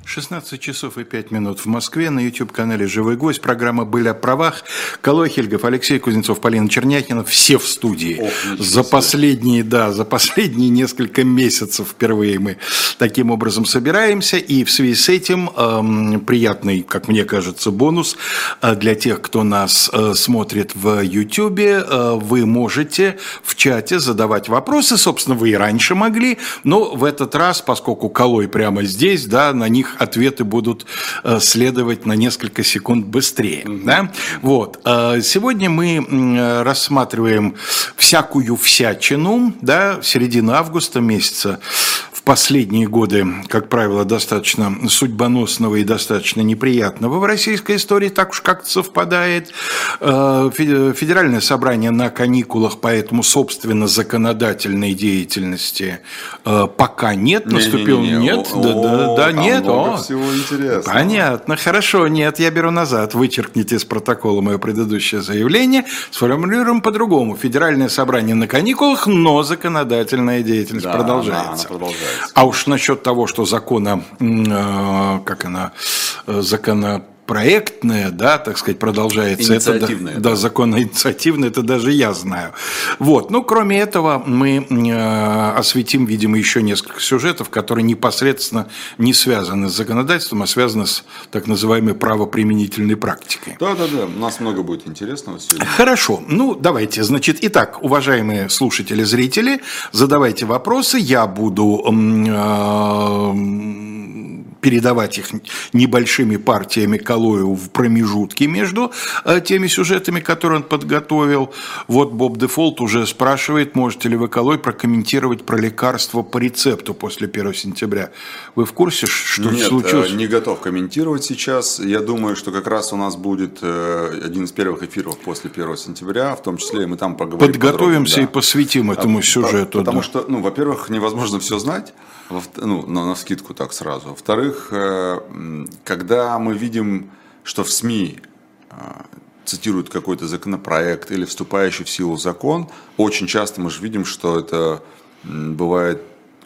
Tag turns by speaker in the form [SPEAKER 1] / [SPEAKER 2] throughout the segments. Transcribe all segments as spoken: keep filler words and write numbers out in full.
[SPEAKER 1] шестнадцать часов и пять минут в Москве. На YouTube-канале «Живой гвоздь». Программа «Были о правах». Калой Хельгов, Алексей Кузнецов, Полина Черняхина. Все в студии. О, за последние, да, за последние несколько месяцев впервые мы таким образом собираемся. И в связи с этим эм, приятный, как мне кажется, бонус э, для тех, кто нас э, смотрит в YouTube. Э, вы можете в чате задавать вопросы. Собственно, вы и раньше могли. Но в этот раз, поскольку Калой прямо здесь, да, на них ответы будут э, следовать на несколько секунд быстрее. Mm-hmm. Да? Вот. Э, сегодня мы э, рассматриваем всякую всячину, да, середина августа месяца. В последние годы, как правило, достаточно судьбоносного и достаточно неприятного в российской истории, так уж как-то совпадает. Федеральное собрание на каникулах, поэтому, собственно, законодательной деятельности пока нет. Наступил не, не, не, не. нет, о, да, да, да, нет. Много о, всего интересного. Понятно, хорошо, нет, я беру назад. Вычеркните из протокола мое предыдущее заявление. Сформулируем по-другому. Федеральное собрание на каникулах, но законодательная деятельность да, продолжается. Она продолжается. А уж насчет того, что закона, э, как она, законопроектная, да, так сказать, продолжается. Инициативная. Это, да, да, законоинициативная, это даже я знаю. Вот. Ну, кроме этого, мы э, осветим, видимо, еще несколько сюжетов, которые непосредственно не связаны с законодательством, а связаны с так называемой правоприменительной практикой.
[SPEAKER 2] Да, да, да. У нас много будет интересного сегодня.
[SPEAKER 1] Хорошо. Ну, давайте. Значит, итак, уважаемые слушатели, зрители, задавайте вопросы. Я буду э, передавать их небольшими партиями Калою в промежутке между э, теми сюжетами, которые он подготовил. Вот Боб Дефолт уже спрашивает, можете ли вы, Калой, прокомментировать про лекарства по рецепту после первого сентября. Вы в курсе, что
[SPEAKER 2] Нет,
[SPEAKER 1] случилось?
[SPEAKER 2] Нет, не готов комментировать сейчас. Я думаю, что как раз у нас будет э, один из первых эфиров после первого сентября, в том числе мы там поговорим.
[SPEAKER 1] Подготовимся
[SPEAKER 2] да.
[SPEAKER 1] и посвятим этому
[SPEAKER 2] а,
[SPEAKER 1] сюжету.
[SPEAKER 2] Потому
[SPEAKER 1] да.
[SPEAKER 2] что, ну, во-первых, невозможно все знать. Ну, навскидку так сразу. Во-вторых, когда мы видим, что в СМИ цитируют какой-то законопроект или вступающий в силу закон, очень часто мы же видим, что это бывает,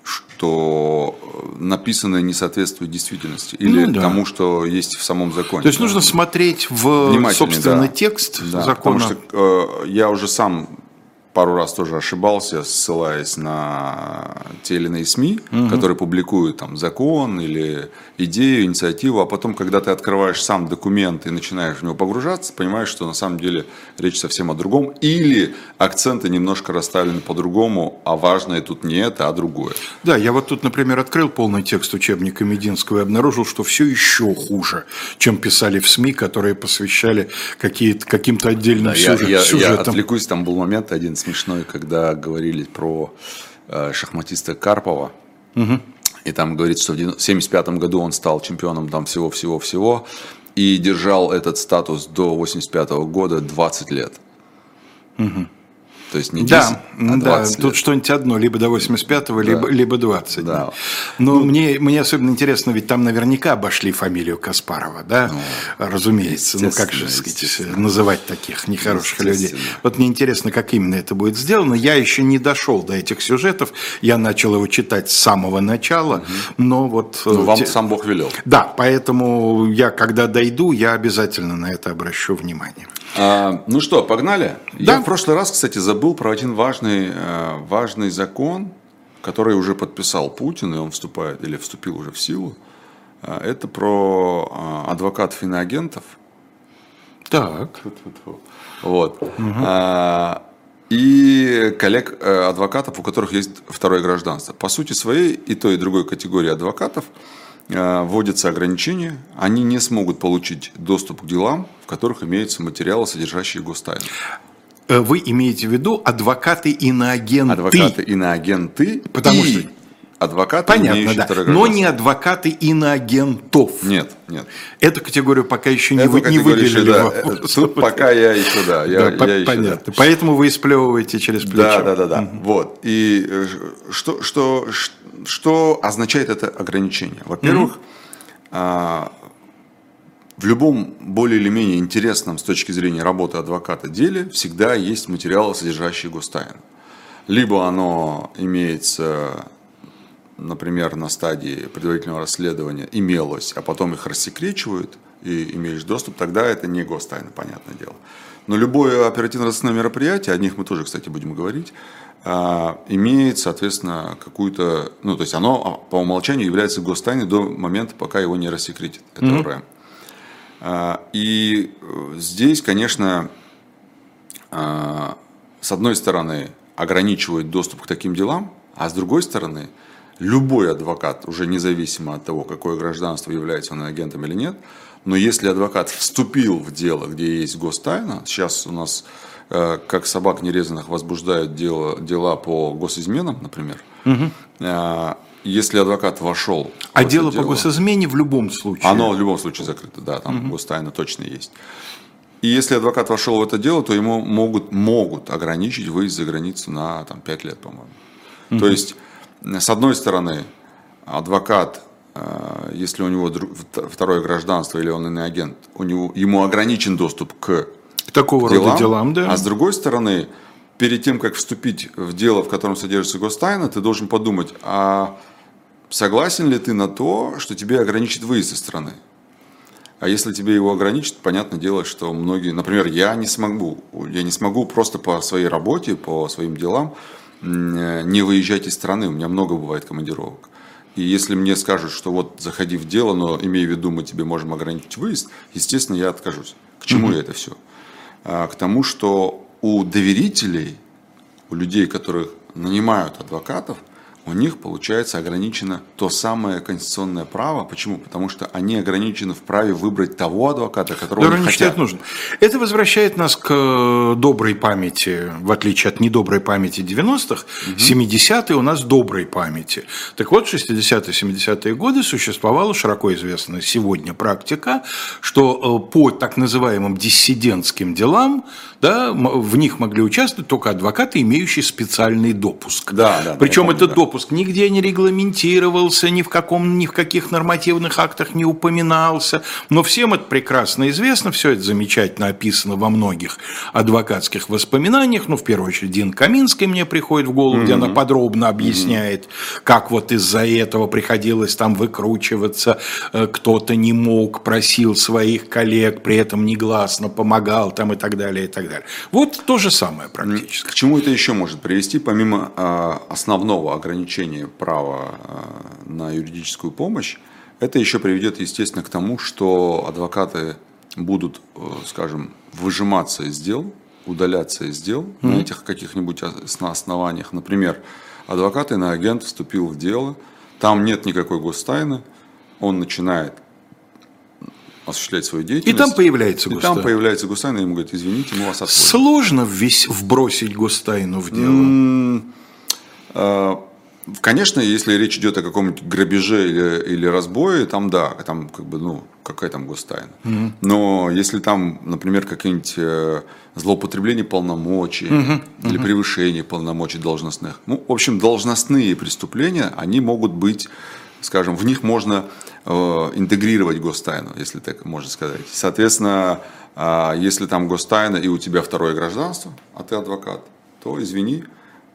[SPEAKER 2] что написанное не соответствует действительности или ну, да. тому, что есть в самом законе.
[SPEAKER 1] То есть да. нужно смотреть в, собственно, да. текст да, закона.
[SPEAKER 2] Потому что э, я уже сам пару раз тоже ошибался, ссылаясь на те или иные СМИ, угу. которые публикуют там закон или идею, инициативу, а потом, когда ты открываешь сам документ и начинаешь в него погружаться, понимаешь, что на самом деле речь совсем о другом, или акценты немножко расставлены по-другому, а важное тут не это, а другое.
[SPEAKER 1] Да, я вот тут, например, открыл полный текст учебника Мединского и обнаружил, что все еще хуже, чем писали в СМИ, которые посвящали какие-то, каким-то отдельным
[SPEAKER 2] да,
[SPEAKER 1] сюжет,
[SPEAKER 2] я, я,
[SPEAKER 1] сюжетам.
[SPEAKER 2] Я отвлекусь, там был момент один смешной, когда говорили про э, шахматиста Карпова, угу. и там говорится, что в тысяча девятьсот семьдесят пятом году он стал чемпионом там всего-всего-всего и держал этот статус до восемьдесят пятого года двадцать лет. Угу. То есть не десять, да, а двадцать
[SPEAKER 1] да,
[SPEAKER 2] лет.
[SPEAKER 1] Тут что-нибудь одно, либо до восемьдесят пятого, да. либо, либо двадцать.
[SPEAKER 2] Да.
[SPEAKER 1] Но ну, мне, мне особенно интересно, ведь там наверняка обошли фамилию Каспарова, да? Ну, разумеется. Ну, как же, сказать, называть таких нехороших людей. Вот мне интересно, как именно это будет сделано. Я еще не дошел до этих сюжетов. Я начал его читать с самого начала, угу. но вот...
[SPEAKER 2] Ну, вам те... сам Бог велел.
[SPEAKER 1] Да, поэтому я, когда дойду, я обязательно на это обращу внимание.
[SPEAKER 2] А, ну что, погнали?
[SPEAKER 1] Да.
[SPEAKER 2] Я в прошлый раз, кстати, забыл про один важный, важный закон, который уже подписал Путин, и он вступает или вступил уже в силу. Это про адвокатов иноагентов.
[SPEAKER 1] Так.
[SPEAKER 2] Вот. Угу. А, и коллег адвокатов, у которых есть второе гражданство. По сути своей и той, и другой категории адвокатов вводятся ограничения, они не смогут получить доступ к делам, в которых имеются материалы, содержащие гостайну.
[SPEAKER 1] Вы имеете в виду адвокаты-иноагенты?
[SPEAKER 2] Адвокаты-иноагенты.
[SPEAKER 1] Потому что
[SPEAKER 2] адвокаты,
[SPEAKER 1] понятно, да. Но не адвокаты-иноагентов.
[SPEAKER 2] Нет, нет.
[SPEAKER 1] Эту категорию пока еще не, вы, не выделили.
[SPEAKER 2] Да. Тут пока я еще, да. Я,
[SPEAKER 1] да
[SPEAKER 2] я еще,
[SPEAKER 1] понятно.
[SPEAKER 2] Да.
[SPEAKER 1] Поэтому вы сплевываете через плечо.
[SPEAKER 2] Да, да, да. да. Угу. Вот. И что, что, что означает это ограничение? Во-первых, угу. в любом более или менее интересном с точки зрения работы адвоката деле всегда есть материалы, содержащие гостайну. Либо оно имеется например, на стадии предварительного расследования имелось, а потом их рассекречивают и имеешь доступ, тогда это не гостайна, понятное дело. Но любое оперативно-розыскное мероприятие, о них мы тоже, кстати, будем говорить, имеет, соответственно, какую-то, ну, то есть оно по умолчанию является гостайной до момента, пока его не рассекретит. Это mm-hmm. РЭМ. И здесь, конечно, с одной стороны, ограничивает доступ к таким делам, а с другой стороны, любой адвокат, уже независимо от того, какое гражданство, является он агентом или нет, но если адвокат вступил в дело, где есть гостайна, сейчас у нас, как собак нерезанных, возбуждают дело, дела по госизменам, например, угу. Если адвокат вошел...
[SPEAKER 1] А дело по госизмене в любом случае?
[SPEAKER 2] Оно в любом случае закрыто, да, там угу. гостайна точно есть. И если адвокат вошел в это дело, то ему могут, могут ограничить выезд за границу на там, пять лет, по-моему. Угу. То есть, с одной стороны, адвокат, если у него второе гражданство или он иный агент, у него, ему ограничен доступ к
[SPEAKER 1] такого
[SPEAKER 2] делам,
[SPEAKER 1] рода делам, да.
[SPEAKER 2] А с другой стороны, перед тем, как вступить в дело, в котором содержится гостайна, ты должен подумать, а согласен ли ты на то, что тебе ограничит выезд из страны? А если тебе его ограничат, понятное дело, что многие, например, я не смогу, я не смогу просто по своей работе, по своим делам не выезжать из страны, у меня много бывает командировок. И если мне скажут, что вот заходи в дело, но имей в виду, мы тебе можем ограничить выезд, естественно, я откажусь. К чему mm-hmm. это все? А, к тому, что у доверителей, у людей, которых нанимают адвокатов, у них, получается, ограничено то самое конституционное право. Почему? Потому что они ограничены в праве выбрать того адвоката, которого
[SPEAKER 1] да,
[SPEAKER 2] они хотят.
[SPEAKER 1] Нужно. Это возвращает нас к доброй памяти, в отличие от недоброй памяти девяностых, угу. семидесятые у нас доброй памяти. Так вот, в шестидесятые, семидесятые годы существовала широко известная сегодня практика, что по так называемым диссидентским делам, да, в них могли участвовать только адвокаты, имеющие специальный допуск.
[SPEAKER 2] Да, да,
[SPEAKER 1] Причем
[SPEAKER 2] да,
[SPEAKER 1] этот
[SPEAKER 2] да.
[SPEAKER 1] допуск нигде не регламентировался, ни в, каком, ни в каких нормативных актах не упоминался. Но всем это прекрасно известно, все это замечательно описано во многих адвокатских воспоминаниях. Ну, в первую очередь, Дина Каминская мне приходит в голову, mm-hmm. где она подробно объясняет, mm-hmm. как вот из-за этого приходилось там выкручиваться, кто-то не мог, просил своих коллег, при этом негласно помогал там, и так далее, и так далее. Вот то же самое практически.
[SPEAKER 2] К чему это еще может привести, помимо э, основного ограничения права э, на юридическую помощь? Это еще приведет, естественно, к тому, что адвокаты будут, э, скажем, выжиматься из дел, удаляться из дел mm-hmm. на этих каких-нибудь основаниях. Например, адвокат иной агент вступил в дело, там нет никакой гостайны, он начинает осуществлять свою деятельность.
[SPEAKER 1] И там появляется
[SPEAKER 2] и
[SPEAKER 1] гостайна.
[SPEAKER 2] И там появляется гостайна, и ему говорят, извините, мы вас отводим.
[SPEAKER 1] Сложно ввесь, вбросить гостайну в дело?
[SPEAKER 2] Mm, э, конечно, если речь идет о каком-нибудь грабеже или, или разбое, там да, там как бы, ну, какая там гостайна. Mm-hmm. Но если там, например, какие-нибудь э, злоупотребление полномочий mm-hmm. или mm-hmm. превышение полномочий должностных, ну, в общем, должностные преступления, они могут быть, скажем, в них можно интегрировать гостайну, если так можно сказать. Соответственно, если там гостайна и у тебя второе гражданство, а ты адвокат, то извини,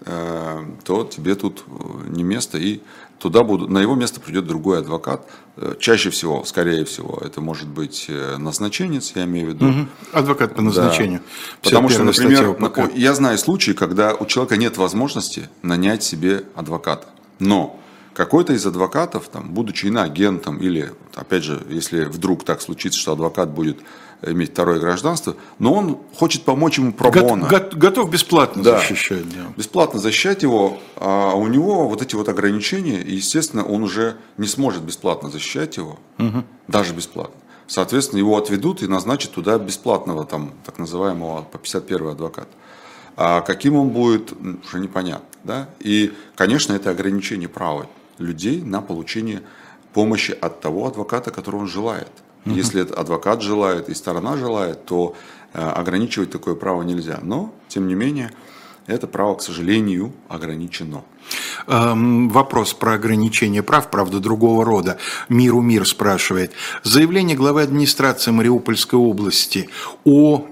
[SPEAKER 2] то тебе тут не место, и туда будут, на его место придет другой адвокат. Чаще всего, скорее всего, это может быть назначенец, я имею в виду. Угу.
[SPEAKER 1] Адвокат по назначению.
[SPEAKER 2] Да. Потому что, например, я знаю случаи, когда у человека нет возможности нанять себе адвоката. Но какой-то из адвокатов, там, будучи иноагентом, или, опять же, если вдруг так случится, что адвокат будет иметь второе гражданство, но он хочет помочь ему про боно.
[SPEAKER 1] Готов бесплатно
[SPEAKER 2] да,
[SPEAKER 1] защищать. Да.
[SPEAKER 2] Бесплатно защищать его, а у него вот эти вот ограничения, и, естественно, он уже не сможет бесплатно защищать его, угу. даже бесплатно. Соответственно, его отведут и назначат туда бесплатного, там, так называемого, по пятьдесят первый адвоката. А каким он будет, уже непонятно. Да? И, конечно, это ограничение права людей на получение помощи от того адвоката, которого он желает. Uh-huh. Если этот адвокат желает и сторона желает, то э, ограничивать такое право нельзя. Но, тем не менее, это право, к сожалению, ограничено.
[SPEAKER 1] Эм, вопрос про ограничение прав, правда, другого рода. Миру мир спрашивает. Заявление главы администрации Мариупольской области о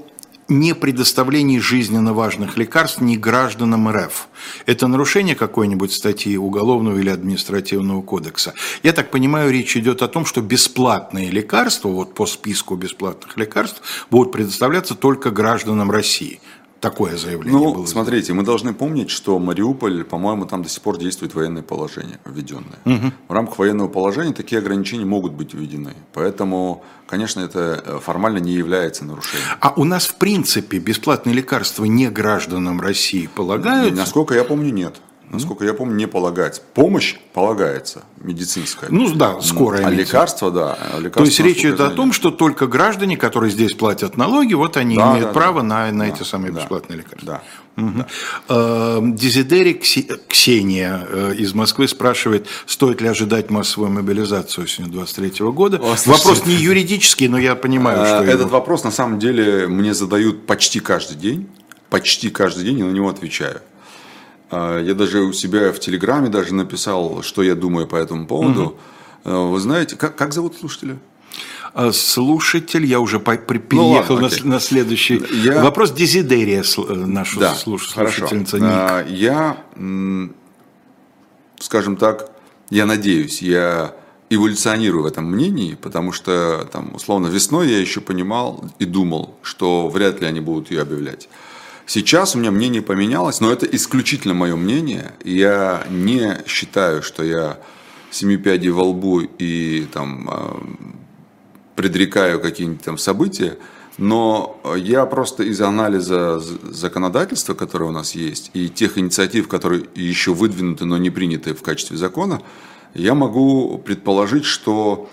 [SPEAKER 1] не предоставлении жизненно важных лекарств не гражданам эр эф. Это нарушение какой-нибудь статьи Уголовного или Административного кодекса? Я так понимаю, речь идет о том, что бесплатные лекарства, вот по списку бесплатных лекарств, будут предоставляться только гражданам России. Такое заявление
[SPEAKER 2] ну,
[SPEAKER 1] было.
[SPEAKER 2] Смотрите, мы должны помнить, что Мариуполь, по-моему, там до сих пор действует военное положение введенное. Угу. В рамках военного положения такие ограничения могут быть введены. Поэтому, конечно, это формально не является нарушением.
[SPEAKER 1] А у нас, в принципе, бесплатные лекарства не гражданам России полагаются?
[SPEAKER 2] Насколько я помню, нет. Насколько я помню, не полагается. Помощь полагается, медицинская.
[SPEAKER 1] Ну да, скорая.
[SPEAKER 2] А лекарства, да. Лекарства,
[SPEAKER 1] то есть речь идет о том, что только граждане, которые здесь платят налоги, вот они да, имеют да, право да, на, на да, эти самые да, бесплатные лекарства.
[SPEAKER 2] Да,
[SPEAKER 1] угу.
[SPEAKER 2] да.
[SPEAKER 1] Дезидери Ксения из Москвы спрашивает, стоит ли ожидать массовую мобилизацию осенью двадцать третьего года. О, вопрос не юридический, но я понимаю, что...
[SPEAKER 2] Этот
[SPEAKER 1] его...
[SPEAKER 2] вопрос на самом деле мне задают почти каждый день. Почти каждый день я на него отвечаю. Я даже у себя в Телеграме даже написал, что я думаю по этому поводу. Угу. Вы знаете, как, как зовут слушателя?
[SPEAKER 1] Слушатель, я уже переехал ну, на, на следующий я... вопрос. Дезидерия, нашу
[SPEAKER 2] да,
[SPEAKER 1] слушательницу.
[SPEAKER 2] А, я, скажем так, я надеюсь, я эволюционирую в этом мнении, потому что, там, условно, весной я еще понимал и думал, что вряд ли они будут ее объявлять. Сейчас у меня мнение поменялось, но это исключительно мое мнение. Я не считаю, что я семи пядей во лбу и там, предрекаю какие-нибудь там события, но я просто из анализа законодательства, которое у нас есть, и тех инициатив, которые еще выдвинуты, но не приняты в качестве закона, я могу предположить, что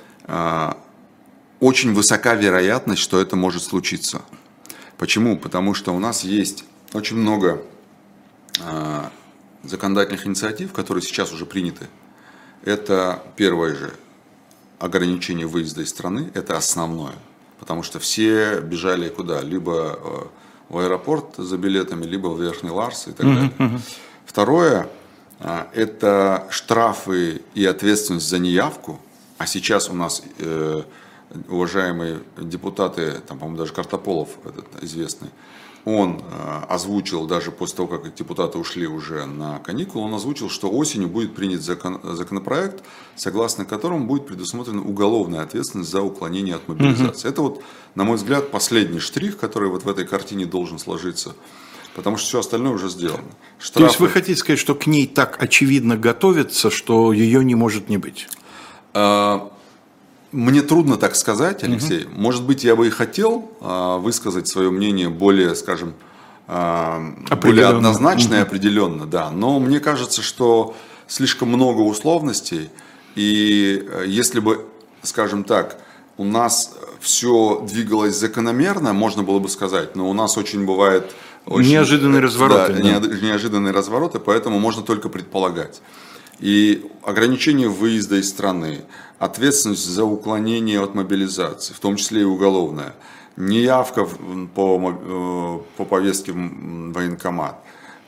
[SPEAKER 2] очень высока вероятность, что это может случиться. Почему? Потому что у нас есть очень много э, законодательных инициатив, которые сейчас уже приняты. Это первое же ограничение выезда из страны, это основное. Потому что все бежали куда? Либо э, в аэропорт за билетами, либо в Верхний Ларс и так далее. Uh-huh. Второе, э, это штрафы и ответственность за неявку. А сейчас у нас... Э, уважаемые депутаты, там, по-моему, даже Картополов, этот известный, он э, озвучил, даже после того, как депутаты ушли уже на каникулы, он озвучил, что осенью будет принят закон, законопроект, согласно которому будет предусмотрена уголовная ответственность за уклонение от мобилизации. Угу. Это, вот, на мой взгляд, последний штрих, который вот в этой картине должен сложиться. Потому что все остальное уже сделано. Штрафы...
[SPEAKER 1] То есть вы хотите сказать, что к ней так очевидно готовится, что ее не может не быть?
[SPEAKER 2] А... Мне трудно так сказать, Алексей. Угу. Может быть, я бы и хотел а, высказать свое мнение более, скажем, а, более однозначно и определенно, да. Но мне кажется, что слишком много условностей. И если бы, скажем так, у нас все двигалось закономерно, можно было бы сказать, но у нас очень бывает... Очень,
[SPEAKER 1] неожиданные развороты.
[SPEAKER 2] Да, да. Неожиданные развороты, поэтому можно только предполагать. И ограничение выезда из страны, ответственность за уклонение от мобилизации, в том числе и уголовная, неявка по, по повестке в военкомат,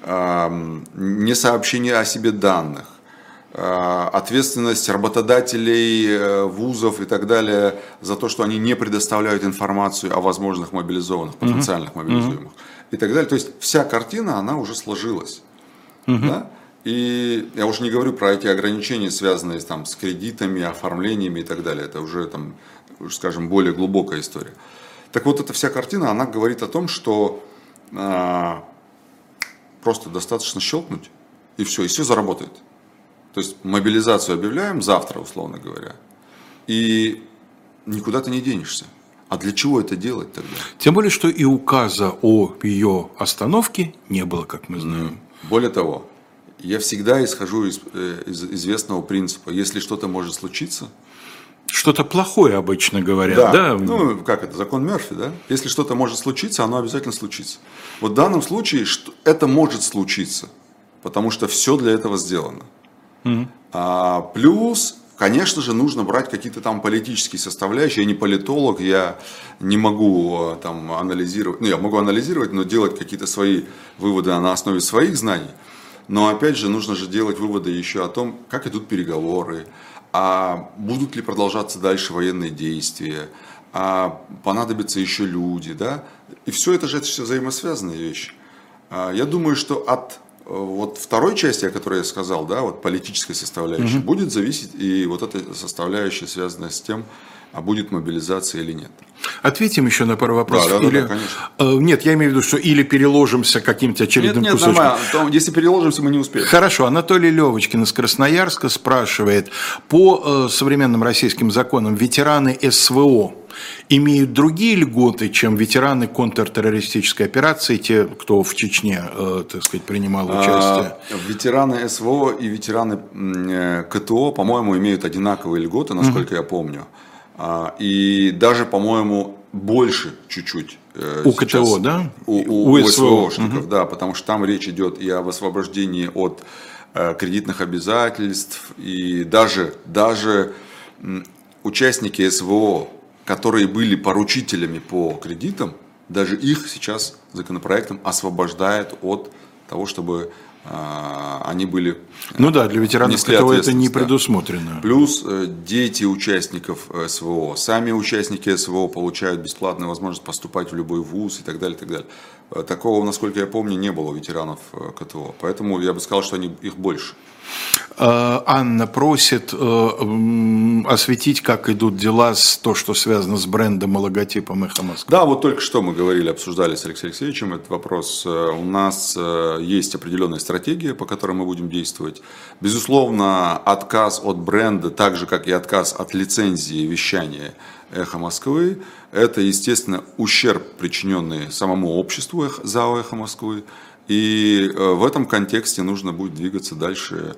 [SPEAKER 2] несообщение о себе данных, ответственность работодателей, вузов и так далее за то, что они не предоставляют информацию о возможных мобилизованных, потенциальных мобилизуемых и так далее. То есть вся картина, она уже сложилась. Да? И я уже не говорю про эти ограничения, связанные там, с кредитами, оформлениями и так далее. Это уже, там, скажем, более глубокая история. Так вот, эта вся картина, она говорит о том, что а, просто достаточно щелкнуть, и все, и все заработает. То есть мобилизацию объявляем завтра, условно говоря, и никуда ты не денешься. А для чего это делать тогда?
[SPEAKER 1] Тем более, что и указа о ее остановке не было, как мы знаем.
[SPEAKER 2] Более того, я всегда исхожу из, из известного принципа. Если что-то может случиться...
[SPEAKER 1] Что-то плохое обычно говорят,
[SPEAKER 2] да?
[SPEAKER 1] да?
[SPEAKER 2] Ну, как это, закон Мерфи, да? Если что-то может случиться, оно обязательно случится. Вот в данном случае что, это может случиться, потому что все для этого сделано. Mm-hmm. А, плюс, конечно же, нужно брать какие-то там политические составляющие. Я не политолог, я не могу там анализировать... Ну, я могу анализировать, но делать какие-то свои выводы на основе своих знаний. Но опять же, нужно же делать выводы еще о том, как идут переговоры, а будут ли продолжаться дальше военные действия, а понадобятся еще люди, да, и все это же это все взаимосвязанные вещи. Я думаю, что от вот второй части, о которой я сказал, да, вот политической составляющей, угу. будет зависеть и вот эта составляющая, связанная с тем, а будет мобилизация или нет.
[SPEAKER 1] Ответим еще на пару вопросов.
[SPEAKER 2] Да, да,
[SPEAKER 1] или...
[SPEAKER 2] да, конечно.
[SPEAKER 1] Нет, я имею в виду, что или переложимся каким-то очередным
[SPEAKER 2] нет, нет,
[SPEAKER 1] кусочком.
[SPEAKER 2] Нормально. Если переложимся, мы не успеем.
[SPEAKER 1] Хорошо. Анатолий Левочкин из Красноярска спрашивает. По э, современным российским законам ветераны СВО имеют другие льготы, чем ветераны контртеррористической операции, те, кто в Чечне, э, так сказать, принимал участие?
[SPEAKER 2] А, ветераны СВО и ветераны э, КТО, по-моему, имеют одинаковые льготы, насколько mm-hmm. я помню. И даже, по-моему, больше чуть-чуть.
[SPEAKER 1] У КТО, да?
[SPEAKER 2] У, у, у СВОшников, угу. да, потому что там речь идет и об освобождении от э, кредитных обязательств, и даже, даже м, участники СВО, которые были поручителями по кредитам, даже их сейчас законопроектом освобождают от того, чтобы они были...
[SPEAKER 1] Ну да, для ветеранов КТО это не предусмотрено.
[SPEAKER 2] Да. Плюс дети участников СВО, сами участники СВО получают бесплатную возможность поступать в любой вуз и так далее, и так далее. Такого, насколько я помню, не было у ветеранов КТО. Поэтому я бы сказал, что они, их больше.
[SPEAKER 1] Анна просит э, осветить, как идут дела с то, что связано с брендом и логотипом «Эхо Москвы».
[SPEAKER 2] Да, вот только что мы говорили, обсуждали с Алексеем Алексеевичем этот вопрос. У нас есть определенная стратегия, по которой мы будем действовать. Безусловно, отказ от бренда, так же, как и отказ от лицензии вещания «Эхо Москвы», это, естественно, ущерб, причиненный самому обществу ЗАО «Эхо Москвы». И в этом контексте нужно будет двигаться дальше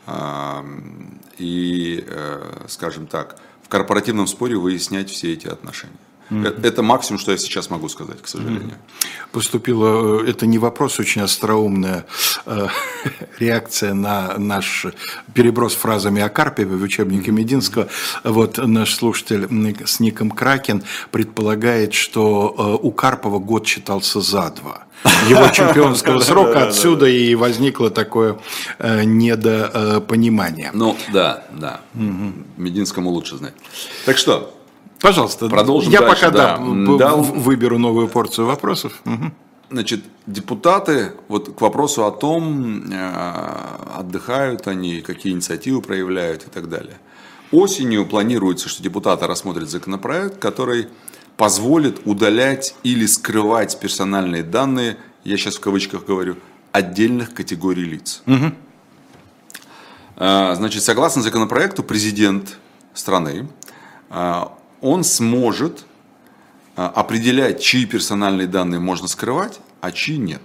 [SPEAKER 2] и, скажем так, в корпоративном споре выяснять все эти отношения. Mm-hmm. Это максимум, что я сейчас могу сказать, к сожалению.
[SPEAKER 1] Поступила, это не вопрос, очень остроумная э, реакция на наш переброс фразами о Карпеве в учебнике Мединского. Вот наш слушатель с ником Кракен предполагает, что э, у Карпова год считался за два. Его чемпионского срока, отсюда и возникло такое э, недопонимание.
[SPEAKER 2] Ну, да, да. Угу. Мединскому лучше знать. Так что,
[SPEAKER 1] пожалуйста,
[SPEAKER 2] продолжим
[SPEAKER 1] я
[SPEAKER 2] дальше.
[SPEAKER 1] пока
[SPEAKER 2] да.
[SPEAKER 1] Да,
[SPEAKER 2] да.
[SPEAKER 1] выберу новую порцию вопросов. Угу.
[SPEAKER 2] Значит, депутаты, вот к вопросу о том, отдыхают они, какие инициативы проявляют и так далее. Осенью планируется, что депутаты рассмотрят законопроект, который позволит удалять или скрывать персональные данные, я сейчас в кавычках говорю, отдельных категорий лиц. Угу. Значит, согласно законопроекту, президент страны, он сможет определять, чьи персональные данные можно скрывать, а чьи нет.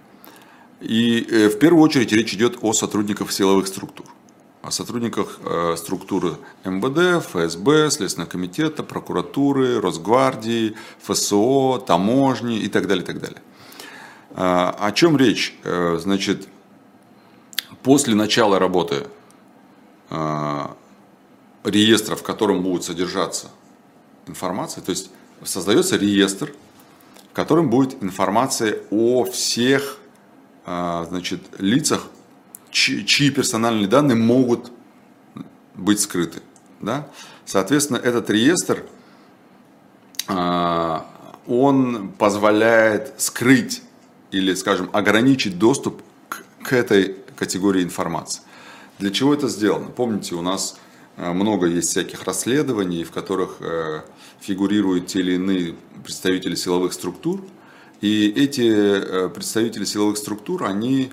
[SPEAKER 2] И в первую очередь речь идет о сотрудниках силовых структур. О сотрудниках э, структуры эм вэ дэ, эф эс бэ, Следственного комитета, прокуратуры, Росгвардии, эф эс о, таможни и так далее, и так далее. Э, о чем речь? Э, значит, после начала работы э, реестра, в котором будет содержаться информация, то есть создается реестр, в котором будет информация о всех э, значит, лицах, чьи персональные данные могут быть скрыты. Да? Соответственно, этот реестр, он позволяет скрыть или, скажем, ограничить доступ к, к этой категории информации. Для чего это сделано? Помните, у нас много есть всяких расследований, в которых фигурируют те или иные представители силовых структур. И эти представители силовых структур, они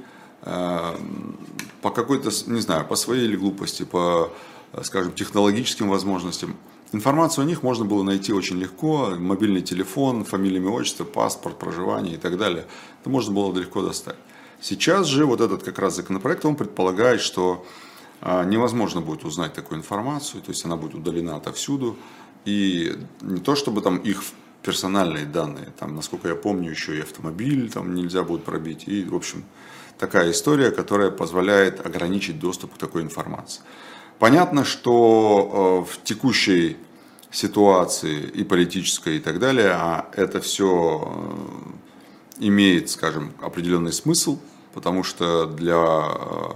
[SPEAKER 2] по какой-то, не знаю, по своей или глупости, по, скажем, технологическим возможностям, информацию о них можно было найти очень легко. Мобильный телефон, фамилия, имя, отчество, паспорт, проживание и так далее. Это можно было легко достать. Сейчас же вот этот как раз законопроект, он предполагает, что невозможно будет узнать такую информацию, то есть она будет удалена отовсюду. И не то чтобы там их персональные данные, там, насколько я помню, еще и автомобиль там нельзя будет пробить. И, в общем, такая история, которая позволяет ограничить доступ к такой информации. Понятно, что в текущей ситуации и политической и так далее, а это все имеет, скажем, определенный смысл, потому что для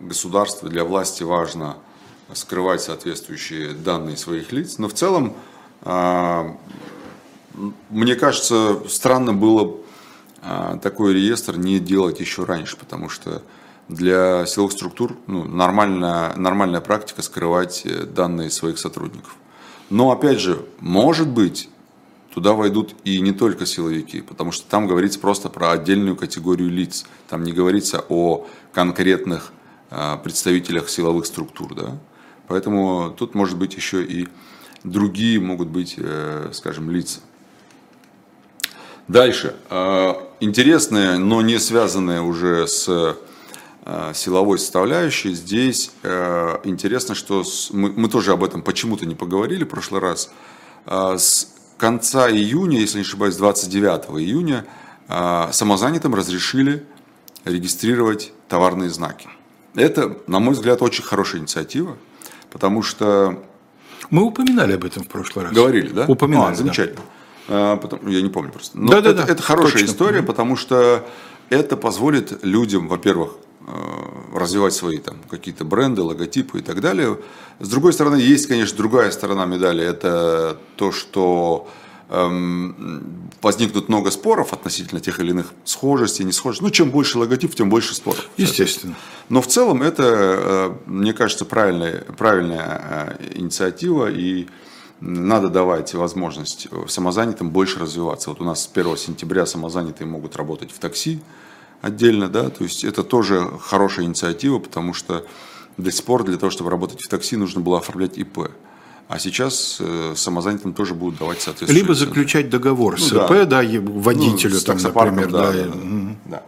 [SPEAKER 2] государства, для власти важно скрывать соответствующие данные своих лиц. Но в целом Мне кажется, странно было такой реестр не делать еще раньше, потому что для силовых структур ну, нормальная, нормальная практика скрывать данные своих сотрудников. Но опять же, может быть, туда войдут и не только силовики, потому что там говорится просто про отдельную категорию лиц. Там не говорится о конкретных представителях силовых структур. Да? Поэтому тут может быть еще и другие могут быть, скажем, лица. Дальше. Интересное, но не связанное уже с силовой составляющей. Здесь интересно, что мы, мы тоже об этом почему-то не поговорили в прошлый раз. С конца июня, если не ошибаюсь, двадцать девятого июня, самозанятым разрешили регистрировать товарные знаки. Это, на мой взгляд, очень хорошая инициатива, потому что...
[SPEAKER 1] Мы упоминали об этом в прошлый раз.
[SPEAKER 2] Говорили, да?
[SPEAKER 1] Упоминали,
[SPEAKER 2] а, замечательно.
[SPEAKER 1] Да.
[SPEAKER 2] А, потом, я не помню просто. Но
[SPEAKER 1] да,
[SPEAKER 2] это,
[SPEAKER 1] да, да.
[SPEAKER 2] это хорошая
[SPEAKER 1] Точно.
[SPEAKER 2] история, потому что это позволит людям, во-первых, развивать свои там какие-то бренды, логотипы и так далее. С другой стороны, есть, конечно, другая сторона медали. Это то, что эм, возникнут много споров относительно тех или иных схожестей, не схожестей. Ну, чем больше логотипов, тем больше споров.
[SPEAKER 1] Естественно.
[SPEAKER 2] Но в целом это, мне кажется, правильная, правильная инициатива, и надо давать возможность самозанятым больше развиваться. Вот у нас с первого сентября самозанятые могут работать в такси отдельно, да, то есть это тоже хорошая инициатива, потому что до сих пор для того, чтобы работать в такси, нужно было оформлять ИП. А сейчас э, самозанятым тоже будут давать соответствующие.
[SPEAKER 1] Либо заключать договор ну, с ИП, да, да водителю, ну, там, например. Да, да, да, да.
[SPEAKER 2] Да.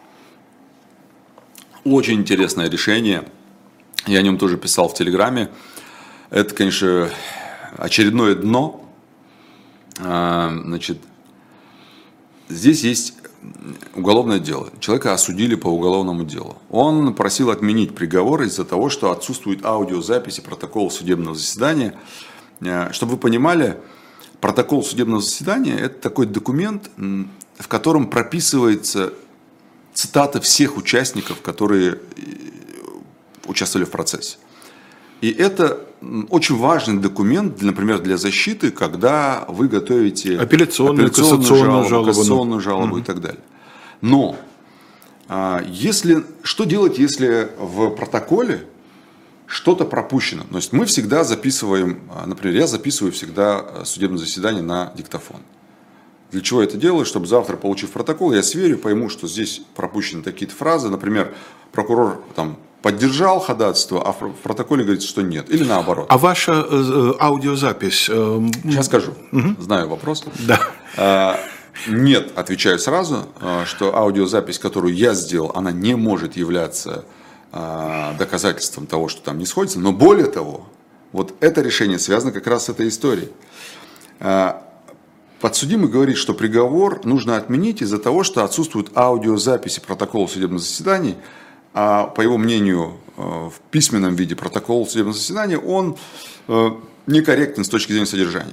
[SPEAKER 2] Очень интересное решение. Я о нем тоже писал в Телеграме. Это, конечно, очередное дно. А, значит, здесь есть уголовное дело. Человека осудили по уголовному делу. Он просил отменить приговор из-за того, что отсутствует аудиозаписи протокола судебного заседания. Чтобы вы понимали, протокол судебного заседания – это такой документ, в котором прописывается цитаты всех участников, которые участвовали в процессе. И это очень важный документ, например, для защиты, когда вы готовите
[SPEAKER 1] апелляционную, апелляционную кассационную жалобу,
[SPEAKER 2] жалобу, кассационную жалобу mm-hmm. и так далее. Но если, что делать, если в протоколе что-то пропущено? То есть мы всегда записываем, например, я записываю всегда судебное заседание на диктофон. Для чего я это делаю? Чтобы завтра, получив протокол, я сверю, пойму, что здесь пропущены такие-то фразы. Например, прокурор там поддержал ходатайство, а в протоколе говорится, что нет. Или наоборот.
[SPEAKER 1] А ваша э, аудиозапись? Э,
[SPEAKER 2] Сейчас скажу.
[SPEAKER 1] Угу.
[SPEAKER 2] Знаю вопрос.
[SPEAKER 1] Да.
[SPEAKER 2] А, нет, отвечаю сразу, что аудиозапись, которую я сделал, она не может являться а, доказательством того, что там не сходится. Но более того, вот это решение связано как раз с этой историей. А, подсудимый говорит, что приговор нужно отменить из-за того, что отсутствуют аудиозаписи протокола судебных заседаний. А по его мнению, в письменном виде протокол судебного заседания, он некорректен с точки зрения содержания.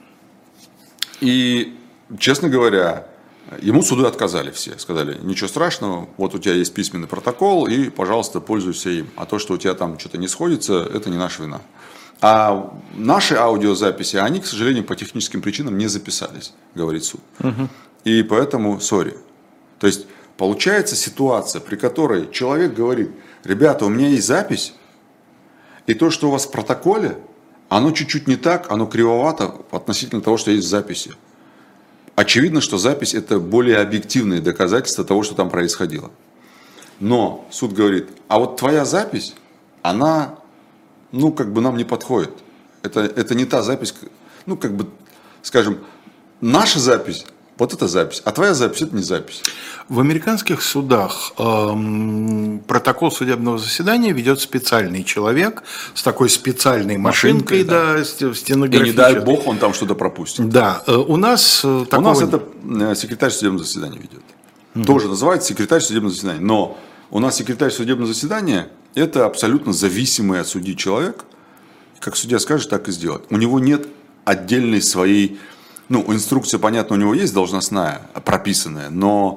[SPEAKER 2] И, честно говоря, ему суды отказали все. Сказали, ничего страшного, вот у тебя есть письменный протокол, и, пожалуйста, пользуйся им. А то, что у тебя там что-то не сходится, это не наша вина. А наши аудиозаписи, они, к сожалению, по техническим причинам не записались, говорит суд. Угу. И поэтому, сори. То есть, получается ситуация, при которой человек говорит, ребята, у меня есть запись, и то, что у вас в протоколе, оно чуть-чуть не так, оно кривовато относительно того, что есть в записи. Очевидно, что запись – это более объективные доказательства того, что там происходило. Но суд говорит, а вот твоя запись, она, ну, как бы нам не подходит. Это, это не та запись, ну, как бы, скажем, наша запись, вот это запись, а твоя запись – это не запись.
[SPEAKER 1] В американских судах эм, протокол судебного заседания ведет специальный человек с такой специальной машинкой, машинкой да, да, стенографической.
[SPEAKER 2] И не дай бог он там что-то пропустит.
[SPEAKER 1] Да, э, у нас э,
[SPEAKER 2] У нас это секретарь судебного заседания ведет. Mm-hmm. Тоже называется секретарь судебного заседания. Но у нас секретарь судебного заседания – это абсолютно зависимый от судьи человек. Как судья скажет, так и сделать. У него нет отдельной своей, ну, инструкция, понятно, у него есть должностная, прописанная, но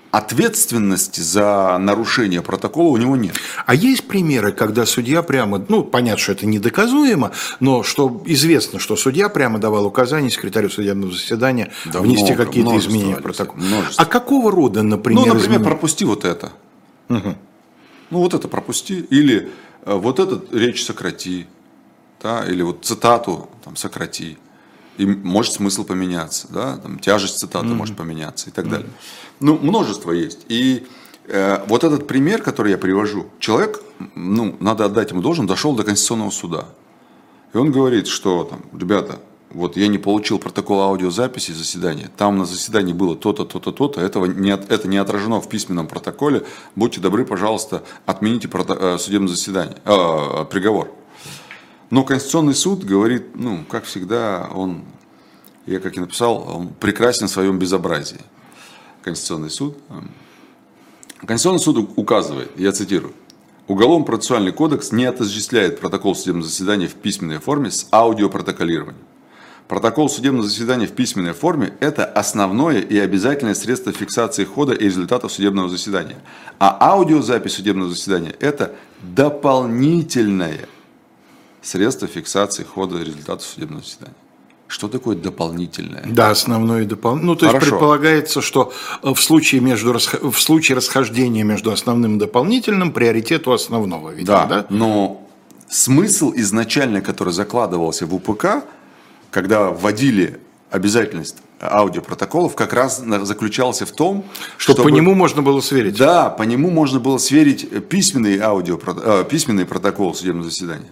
[SPEAKER 2] ответственности за нарушение протокола у него нет.
[SPEAKER 1] А есть примеры, когда судья прямо, ну, понятно, что это недоказуемо, но что известно, что судья прямо давал указания секретарю судебного заседания да внести много, какие-то изменения в протокол. Множество. А какого рода, например,
[SPEAKER 2] Ну, например,
[SPEAKER 1] изменения?
[SPEAKER 2] пропусти вот это. Угу. Ну, вот это пропусти. Или вот этот речь сократи. Да? Или вот цитату там, сократи. И может смысл поменяться, да? Там, тяжесть цитаты mm-hmm. может поменяться и так далее. Mm-hmm. Ну, множество есть. И э, вот этот пример, который я привожу, человек, ну, надо отдать ему должен, дошел до Конституционного суда. И он говорит, что, там, ребята, вот я не получил протокол аудиозаписи заседания, там на заседании было то-то, то-то, то-то, этого не, это не отражено в письменном протоколе, будьте добры, пожалуйста, отмените прото- судебное заседание, э, приговор. Но Конституционный суд говорит, ну, как всегда, он, я как и написал, он прекрасен в своем безобразии. Конституционный суд. Конституционный суд указывает, я цитирую, Уголовно-процессуальный кодекс не отождествляет протокол судебного заседания в письменной форме с аудиопротоколированием. Протокол судебного заседания в письменной форме – это основное и обязательное средство фиксации хода и результатов судебного заседания. А аудиозапись судебного заседания – это дополнительное средства фиксации хода результатов судебного заседания. Что такое дополнительное?
[SPEAKER 1] Да, основное и дополнительное. Ну, то Хорошо. есть предполагается, что в случае, между, в случае расхождения между основным и дополнительным приоритет у основного. Видимо,
[SPEAKER 2] да,
[SPEAKER 1] да,
[SPEAKER 2] но смысл изначально, который закладывался в УПК, когда вводили обязательность аудиопротоколов, как раз заключался в том,
[SPEAKER 1] что чтобы, по нему можно было сверить.
[SPEAKER 2] Да, по нему можно было сверить письменный, аудио, письменный протокол судебного заседания.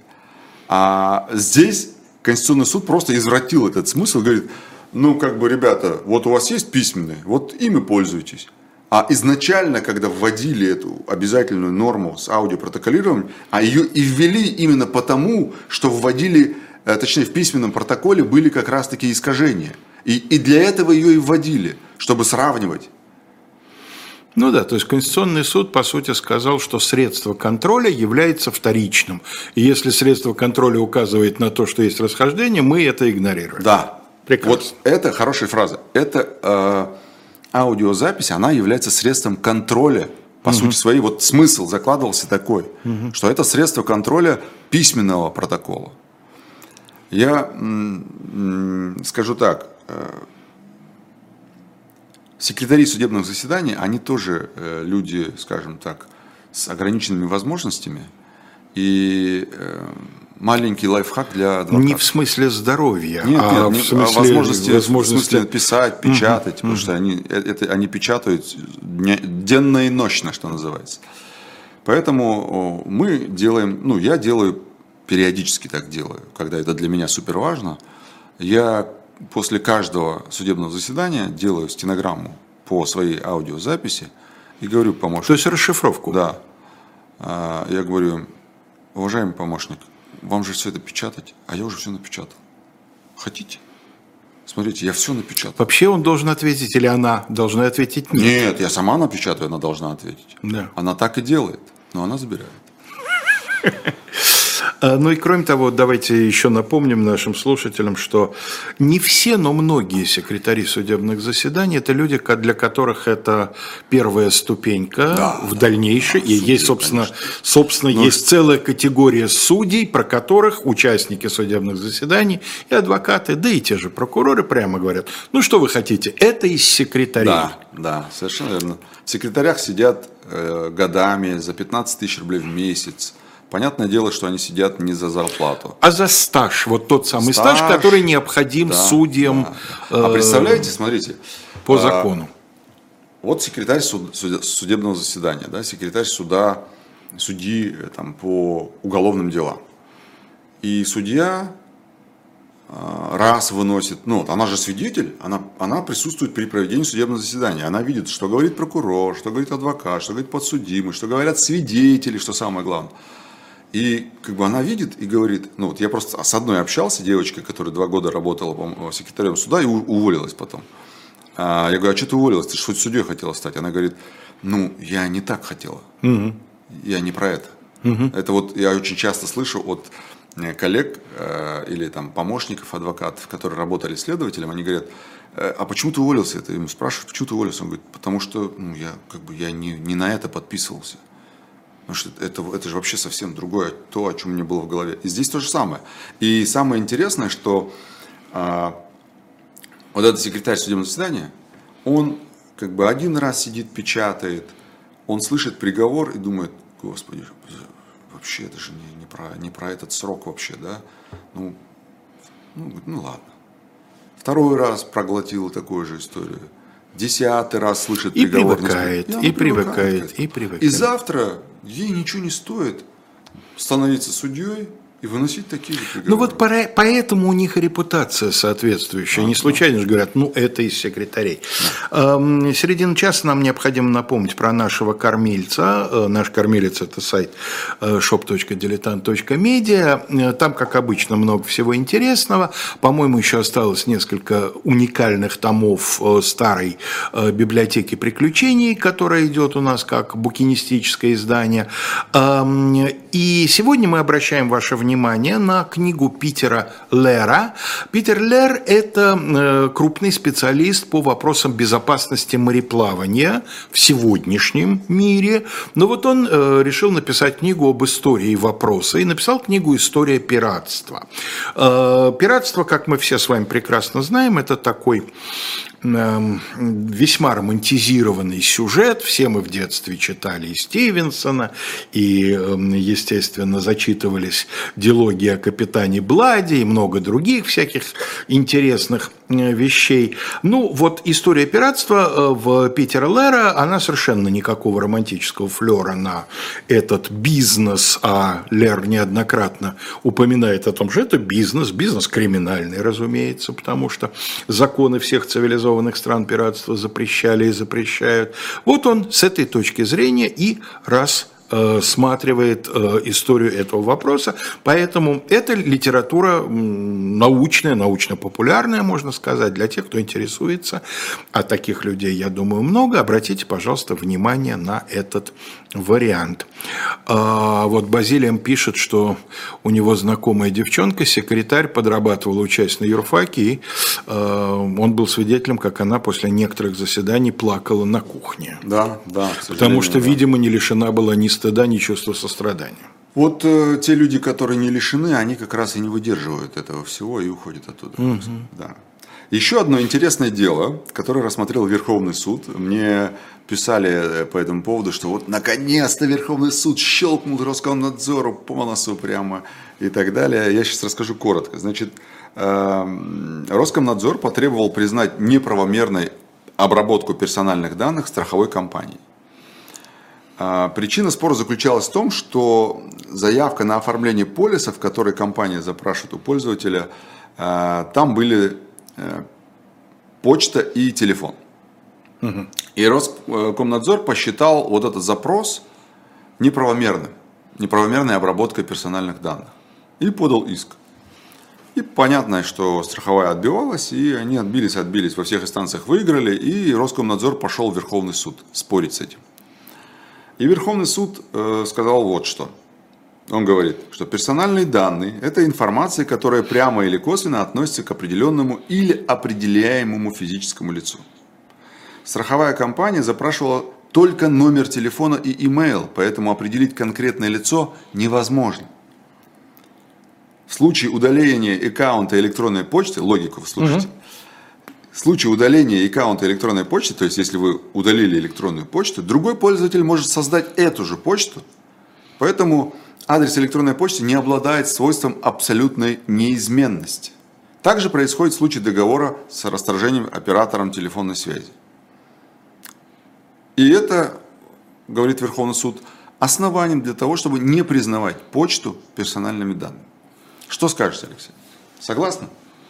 [SPEAKER 2] А здесь Конституционный суд просто извратил этот смысл, говорит, ну, как бы, ребята, вот у вас есть письменные, вот ими пользуйтесь. А изначально, когда вводили эту обязательную норму с аудиопротоколированием, а ее и ввели именно потому, что вводили, точнее, в письменном протоколе были как раз-таки искажения. И, и для этого ее и вводили, чтобы сравнивать.
[SPEAKER 1] Ну да, то есть Конституционный суд, по сути, сказал, что средство контроля является вторичным. И если средство контроля указывает на то, что есть расхождение, мы это игнорируем.
[SPEAKER 2] Да.
[SPEAKER 1] Прекрасно.
[SPEAKER 2] Вот это хорошая фраза. Это э, аудиозапись, она является средством контроля, по угу. сути своей. Вот смысл закладывался такой, угу. что это средство контроля письменного протокола. Я м- м- скажу так. Э, Секретари судебных заседаний, они тоже э, люди, скажем так, с ограниченными возможностями. И э, маленький лайфхак для адвоката.
[SPEAKER 1] Не в смысле здоровья,
[SPEAKER 2] нет,
[SPEAKER 1] а
[SPEAKER 2] нет,
[SPEAKER 1] в смысле
[SPEAKER 2] возможности,
[SPEAKER 1] возможности...
[SPEAKER 2] в смысле писать, печатать, uh-huh. потому uh-huh. что они, это, они печатают денно и ночно, что называется. Поэтому мы делаем, ну, я делаю, периодически так делаю, когда это для меня супер важно. Я после каждого судебного заседания делаю стенограмму по своей аудиозаписи и говорю помощнику.
[SPEAKER 1] То есть расшифровку?
[SPEAKER 2] Да. Я говорю, уважаемый помощник, вам же все это печатать, а я уже все напечатал. Хотите? Смотрите, я все напечатал.
[SPEAKER 1] Вообще он должен ответить или она должна ответить нет?
[SPEAKER 2] Нет, я сама напечатаю, она должна ответить.
[SPEAKER 1] Да.
[SPEAKER 2] Она так и делает, но она забирает.
[SPEAKER 1] Ну и кроме того, давайте еще напомним нашим слушателям, что не все, но многие секретари судебных заседаний – это люди, для которых это первая ступенька да, в дальнейшем. Да, и судьи, есть, собственно, собственно но... есть целая категория судей, про которых участники судебных заседаний и адвокаты, да и те же прокуроры прямо говорят, ну что вы хотите, это из секретарей.
[SPEAKER 2] Да, да, совершенно верно. В секретарях сидят э, годами за пятнадцать тысяч рублей в месяц. Понятное дело, что они сидят не за зарплату.
[SPEAKER 1] А за стаж, вот тот самый стаж, стаж который необходим да, судьям.
[SPEAKER 2] Да. А представляете, смотрите.
[SPEAKER 1] По закону.
[SPEAKER 2] Вот секретарь суд, судебного заседания, да, секретарь суда, судьи там, по уголовным делам. И судья раз выносит, ну, она же свидетель, она, она присутствует при проведении судебного заседания. Она видит, что говорит прокурор, что говорит адвокат, что говорит подсудимый, что говорят свидетели, что самое главное. И как бы она видит и говорит, ну вот я просто с одной общался, девочкой, которая два года работала секретарем суда и уволилась потом. А я говорю, а что ты уволилась? Ты же хоть судьей хотела стать? Она говорит, ну я не так хотела, угу. я не про это. Угу. Это вот я очень часто слышу от коллег э, или там помощников адвокатов, которые работали следователем, они говорят, э, а почему ты уволился? Это ему спрашивают, почему ты уволился? Он говорит, потому что ну, я, как бы, я не, не на это подписывался. Потому что это, это же вообще совсем другое, то, о чем мне было в голове. И здесь то же самое. И самое интересное, что э, вот этот секретарь судебного заседания, он как бы один раз сидит, печатает, он слышит приговор и думает, господи, вообще это же не, не, про, не про этот срок вообще, да? Ну, ну, ну ладно. Второй раз проглотил такую же историю. Десятый раз слышит
[SPEAKER 1] и
[SPEAKER 2] приговор.
[SPEAKER 1] Привыкает,
[SPEAKER 2] и,
[SPEAKER 1] и привыкает, и привыкает.
[SPEAKER 2] И завтра ей ничего не стоит становиться судьей и выносить такие же приговоры.
[SPEAKER 1] Ну вот поэтому у них и репутация соответствующая. А, не случайно же говорят, ну это из секретарей. Да. Середина часа нам необходимо напомнить про нашего кормильца. Наш кормилец — это сайт шоп точка дилетант точка медиа. Там, как обычно, много всего интересного. По-моему, еще осталось несколько уникальных томов старой библиотеки приключений, которая идет у нас как букинистическое издание. И сегодня мы обращаем ваше внимание внимание на книгу Питера Лера. Питер Лер – это крупный специалист по вопросам безопасности мореплавания в сегодняшнем мире. Но вот он решил написать книгу об истории вопроса и написал книгу «История пиратства». Пиратство, как мы все с вами прекрасно знаем, это такой весьма романтизированный сюжет. Все мы в детстве читали и Стивенсона, и, естественно, зачитывались дилогии о капитане Бладе и много других всяких интересных вещей. Ну, вот история пиратства в Питера Лера, она совершенно никакого романтического флера на этот бизнес, а Лер неоднократно упоминает о том, что это бизнес, бизнес криминальный, разумеется, потому что законы всех цивилизованных стран пиратства запрещали и запрещают. Вот он с этой точки зрения и рассматривает историю этого вопроса. Поэтому это литература научная, научно-популярная, можно сказать, для тех, кто интересуется. А таких людей, я думаю, много. Обратите, пожалуйста, внимание на этот вариант. Вот Базилием пишет, что у него знакомая девчонка, секретарь, подрабатывала, учась на юрфаке, и он был свидетелем, как она после некоторых заседаний плакала на кухне.
[SPEAKER 2] Да, да.
[SPEAKER 1] Потому что,
[SPEAKER 2] да.
[SPEAKER 1] видимо, не лишена была ни стыда, ни чувства сострадания.
[SPEAKER 2] Вот э, те люди, которые не лишены, они как раз и не выдерживают этого всего и уходят оттуда. Угу. Да. Еще одно интересное дело, которое рассмотрел Верховный суд. Мне писали по этому поводу, что вот наконец-то Верховный суд щелкнул Роскомнадзору по носу прямо и так далее. Я сейчас расскажу коротко. Значит, э, Роскомнадзор потребовал признать неправомерной обработку персональных данных страховой компании. Э, причина спора заключалась в том, что заявка на оформление полиса, в которой компания запрашивает у пользователя, э, там были почта и телефон. Угу. И Роскомнадзор посчитал вот этот запрос неправомерным, неправомерной обработкой персональных данных. И подал иск. И понятно, что страховая отбивалась, и они отбились, отбились, во всех инстанциях выиграли, и Роскомнадзор пошел в Верховный суд спорить с этим. И Верховный суд э, сказал вот что. Он говорит, что персональные данные – это информация, которая прямо или косвенно относится к определенному или определяемому физическому лицу. Страховая компания запрашивала только номер телефона и имейл, поэтому определить конкретное лицо невозможно. В случае удаления аккаунта электронной почты, логику вы слушайте, угу. В случае удаления аккаунта электронной почты, то есть если вы удалили электронную почту, другой пользователь может создать эту же почту, поэтому адрес электронной почты не обладает свойством абсолютной неизменности. Также происходит в случае договора с расторжением оператором телефонной связи. И это, говорит Верховный суд, основанием для того, чтобы не признавать почту персональными данными. Что скажете, Алексей? Согласны?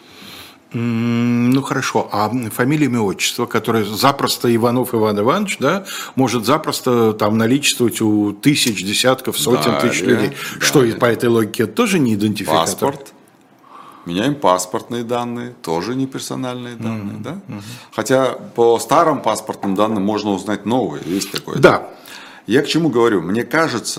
[SPEAKER 1] Ну хорошо, а фамилия, имя, отчество, которое запросто Иванов Иван Иванович, да, может запросто там наличествовать у тысяч, десятков, сотен да, тысяч людей. Да, что да, по этой логике это тоже не идентификатор?
[SPEAKER 2] Паспорт. Меняем паспортные данные, тоже не персональные данные, mm-hmm. да? Mm-hmm. Хотя по старым паспортным данным можно узнать новые, есть такое.
[SPEAKER 1] Да.
[SPEAKER 2] Я к чему говорю? Мне кажется,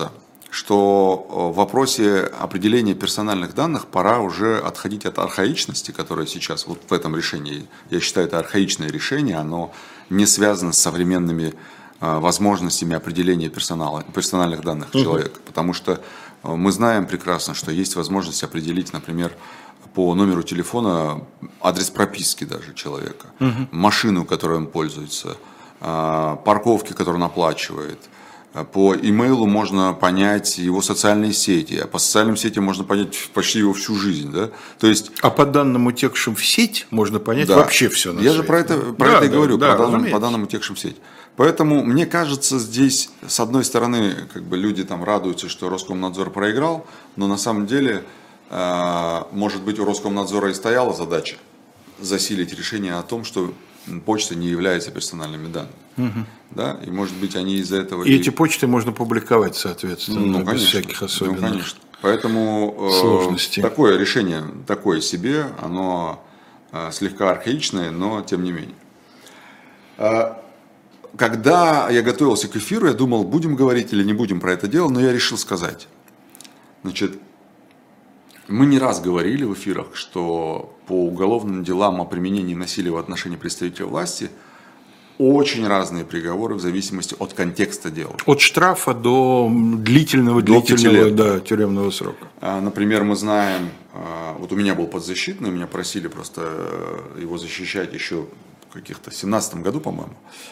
[SPEAKER 2] что в вопросе определения персональных данных пора уже отходить от архаичности, которая сейчас вот в этом решении, я считаю, это архаичное решение, оно не связано с современными возможностями определения персонала, персональных данных uh-huh. человека, потому что мы знаем прекрасно, что есть возможность определить, например, по номеру телефона адрес прописки даже человека, uh-huh. машину, которой он пользуется, парковки, которые он оплачивает. По имейлу можно понять его социальные сети, а по социальным сетям можно понять почти его всю жизнь. Да? То есть,
[SPEAKER 1] а по данным, утекшим в сеть, можно понять да. вообще все на
[SPEAKER 2] Я
[SPEAKER 1] свете.
[SPEAKER 2] же про это, про да, это и да, говорю, да, по, данным, по данным, утекшим в сеть. Поэтому, мне кажется, здесь, с одной стороны, как бы люди там радуются, что Роскомнадзор проиграл, но на самом деле, э, может быть, у Роскомнадзора и стояла задача засилить решение о том, что почта не является персональными данными. Угу. Да? И, может быть, они из-за этого...
[SPEAKER 1] И, и эти почты можно публиковать, соответственно, ну, без конечно, всяких особенных ну, конечно.
[SPEAKER 2] Поэтому сложностей. Э, такое решение, такое себе, оно э, слегка архаичное, но тем не менее. Э, когда я готовился к эфиру, я думал, будем говорить или не будем про это дело, но я решил сказать. Значит, мы не раз говорили в эфирах, что по уголовным делам о применении насилия в отношении представителей власти очень разные приговоры в зависимости от контекста дела.
[SPEAKER 1] От штрафа до длительного, до длительного да, тюремного срока.
[SPEAKER 2] Например, мы знаем, вот у меня был подзащитный, меня просили просто его защищать еще в каких-то семнадцатом году, по-моему.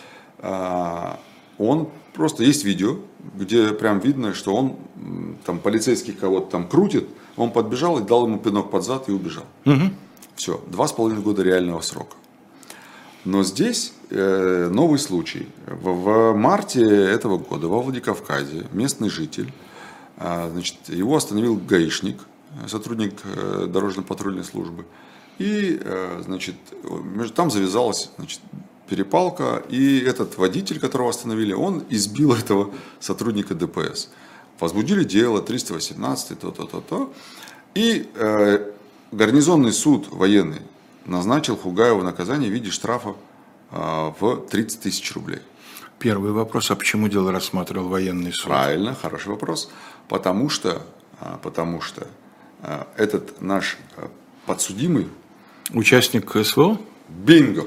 [SPEAKER 2] Он просто, есть видео, где прям видно, что он, там полицейский кого-то там крутит, он подбежал и дал ему пинок под зад и убежал. Угу. Все, два с половиной года реального срока. Но здесь э, новый случай. В, в марте этого года во Владикавказе местный житель, э, значит, его остановил гаишник, сотрудник э, дорожно-патрульной службы. И э, значит, там завязалась значит, перепалка, и этот водитель, которого остановили, он избил этого сотрудника ДПС. Возбудили дело, триста восемнадцать, то-то-то-то. И э, гарнизонный суд военный назначил Хугаеву наказание в виде штрафа э, в тридцать тысяч рублей.
[SPEAKER 1] Первый вопрос, а почему дело рассматривал военный суд?
[SPEAKER 2] Правильно, хороший вопрос. Потому что, потому что э, этот наш подсудимый...
[SPEAKER 1] Участник СВО?
[SPEAKER 2] Бинго!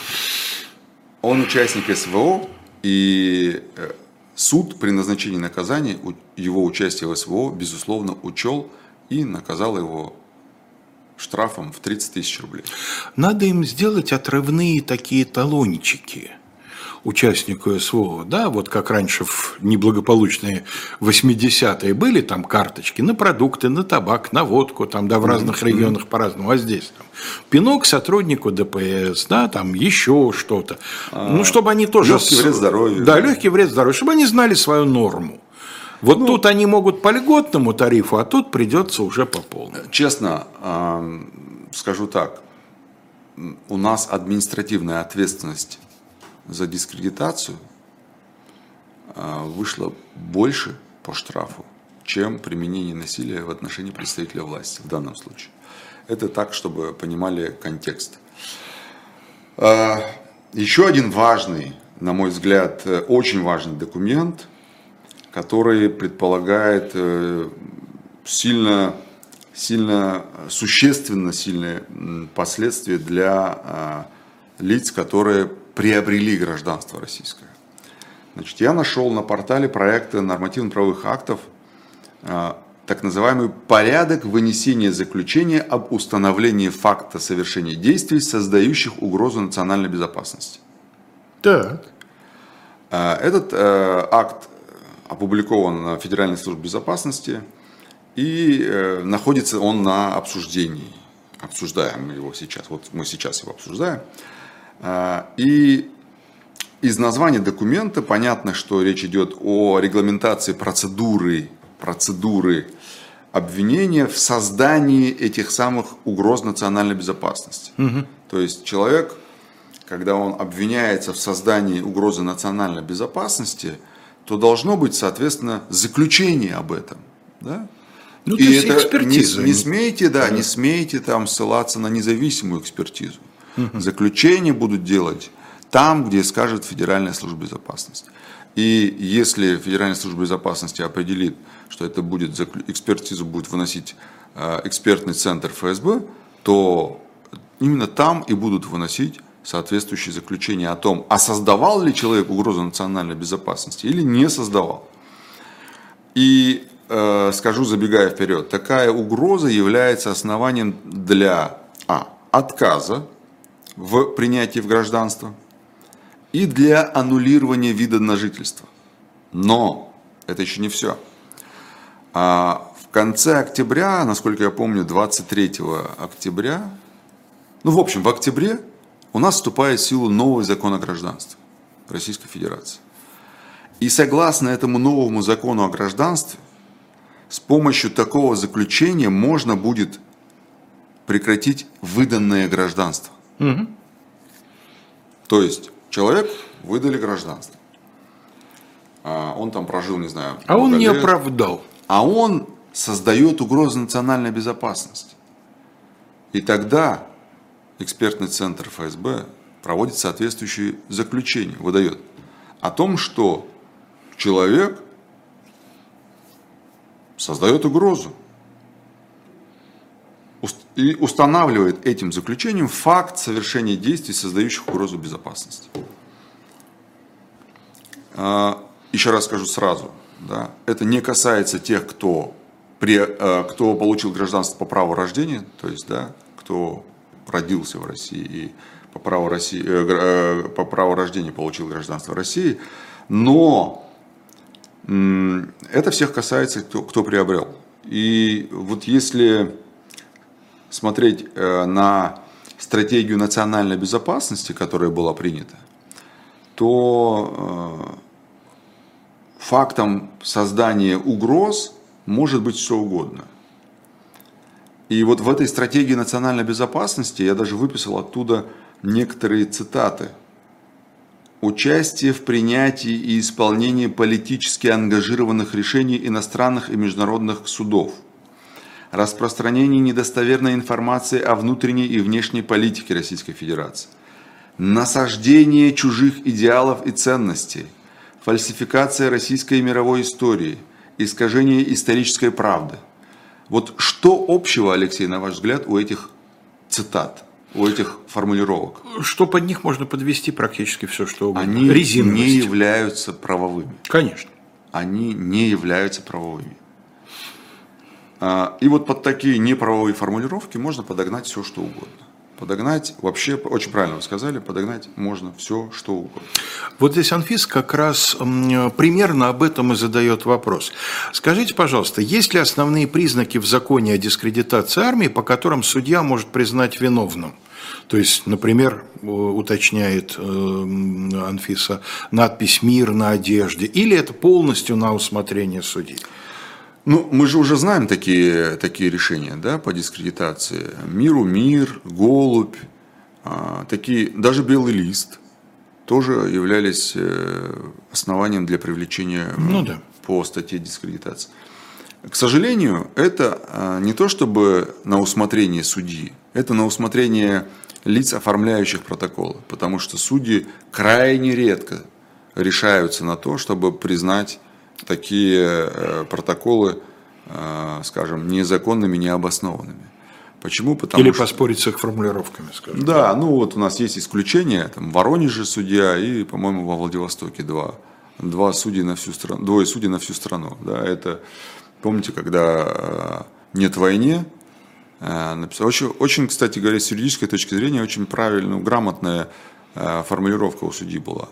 [SPEAKER 2] Он участник СВО, и суд при назначении наказания его участие в СВО, безусловно, учел и наказал его штрафом в тридцать тысяч рублей.
[SPEAKER 1] Надо им сделать отрывные такие талончики участнику СВО, да, вот как раньше в неблагополучные восьмидесятые были там карточки на продукты, на табак, на водку, там, да, в разных mm-hmm. регионах по-разному, а здесь там пинок сотруднику ДПС, да, там еще что-то, а, ну, чтобы они тоже...
[SPEAKER 2] Легкий вред здоровью.
[SPEAKER 1] Да, легкий вред здоровью, чтобы они знали свою норму. Вот ну, тут они могут по льготному тарифу, а тут придется уже по полному.
[SPEAKER 2] Честно, э, скажу так, у нас административная ответственность за дискредитацию э, вышла больше по штрафу, чем применение насилия в отношении представителя власти в данном случае. Это так, чтобы понимали контекст. Э, еще один важный, на мой взгляд, очень важный документ, который предполагает сильно, сильно, существенно сильные последствия для лиц, которые приобрели гражданство российское. Значит, я нашел на портале проекта нормативно-правовых актов так называемый порядок вынесения заключения об установлении факта совершения действий, создающих угрозу национальной безопасности.
[SPEAKER 1] Так.
[SPEAKER 2] Этот акт опубликован на Федеральной службе безопасности, и э, находится он на обсуждении. Обсуждаем мы его сейчас. Вот мы сейчас его обсуждаем. Э, и из названия документа понятно, что речь идет о регламентации процедуры, процедуры обвинения в создании этих самых угроз национальной безопасности. Угу. То есть человек, когда он обвиняется в создании угрозы национальной безопасности, то должно быть, соответственно, заключение об этом. Да?
[SPEAKER 1] Ну, и это
[SPEAKER 2] экспертиза. Не, не смейте, да, да. не смейте там ссылаться на независимую экспертизу. Угу. Заключение будут делать там, где скажет Федеральная служба безопасности. И если Федеральная служба безопасности определит, что это будет, экспертизу будет выносить экспертный центр эф эс бэ, то именно там и будут выносить соответствующие заключения о том, а создавал ли человек угрозу национальной безопасности или не создавал. И э, скажу, забегая вперед, такая угроза является основанием для а, отказа в принятии в гражданство и для аннулирования вида на жительство. Но это еще не все. А в конце октября, насколько я помню, двадцать третьего октября, ну в общем в октябре у нас вступает в силу новый закон о гражданстве Российской Федерации. И согласно этому новому закону о гражданстве, с помощью такого заключения можно будет прекратить выданное гражданство.
[SPEAKER 1] Угу.
[SPEAKER 2] То есть человек выдали гражданство. Он там прожил, не знаю,
[SPEAKER 1] а он не
[SPEAKER 2] лет,
[SPEAKER 1] оправдал.
[SPEAKER 2] А он создает угрозу национальной безопасности. И тогда экспертный центр эф эс бэ проводит соответствующие заключения, выдает о том, что человек создает угрозу и устанавливает этим заключением факт совершения действий, создающих угрозу безопасности. Еще раз скажу сразу, да, это не касается тех, кто, при, кто получил гражданство по праву рождения, то есть, да, кто родился в России и по праву, России, э, по праву рождения получил гражданство России, но м, это всех касается, кто, кто приобрел. И вот если смотреть э, на стратегию национальной безопасности, которая была принята, то э, фактом создания угроз может быть что угодно. И вот в этой стратегии национальной безопасности я даже выписал оттуда некоторые цитаты. Участие в принятии и исполнении политически ангажированных решений иностранных и международных судов. Распространение недостоверной информации о внутренней и внешней политике Российской Федерации. Насаждение чужих идеалов и ценностей. Фальсификация российской и мировой истории. Искажение исторической правды. Вот что общего, Алексей, на ваш взгляд, у этих цитат, у этих формулировок?
[SPEAKER 1] Что под них можно подвести практически все, что угодно.
[SPEAKER 2] Они не являются правовыми.
[SPEAKER 1] Конечно.
[SPEAKER 2] Они не являются правовыми. И вот под такие неправовые формулировки можно подогнать все, что угодно. Подогнать, вообще, очень правильно вы сказали, подогнать можно все, что угодно.
[SPEAKER 1] Вот здесь Анфис как раз примерно об этом и задает вопрос. Скажите, пожалуйста, есть ли основные признаки в законе о дискредитации армии, по которым судья может признать виновным? То есть, например, уточняет Анфиса, надпись «Мир» на одежде, или это полностью на усмотрение судьи?
[SPEAKER 2] Ну, мы же уже знаем такие, такие решения, да, по дискредитации. Миру мир, голубь, а, такие, даже белый лист тоже являлись основанием для привлечения ну, да. по статье дискредитации. К сожалению, это не то чтобы на усмотрение судьи, это на усмотрение лиц, оформляющих протоколы, потому что судьи крайне редко решаются на то, чтобы признать такие протоколы, скажем, незаконными, необоснованными. Почему? Потому
[SPEAKER 1] Или
[SPEAKER 2] что...
[SPEAKER 1] поспорить с их формулировками, скажем.
[SPEAKER 2] Да, ну вот у нас есть исключения, там в Воронеже судья и, по-моему, во Владивостоке два. Два судьи на всю страну, двое судей на всю страну. Да, это, помните, когда «Нет войне», написал, очень, очень, кстати говоря, с юридической точки зрения, очень правильная, грамотная формулировка у судьи была,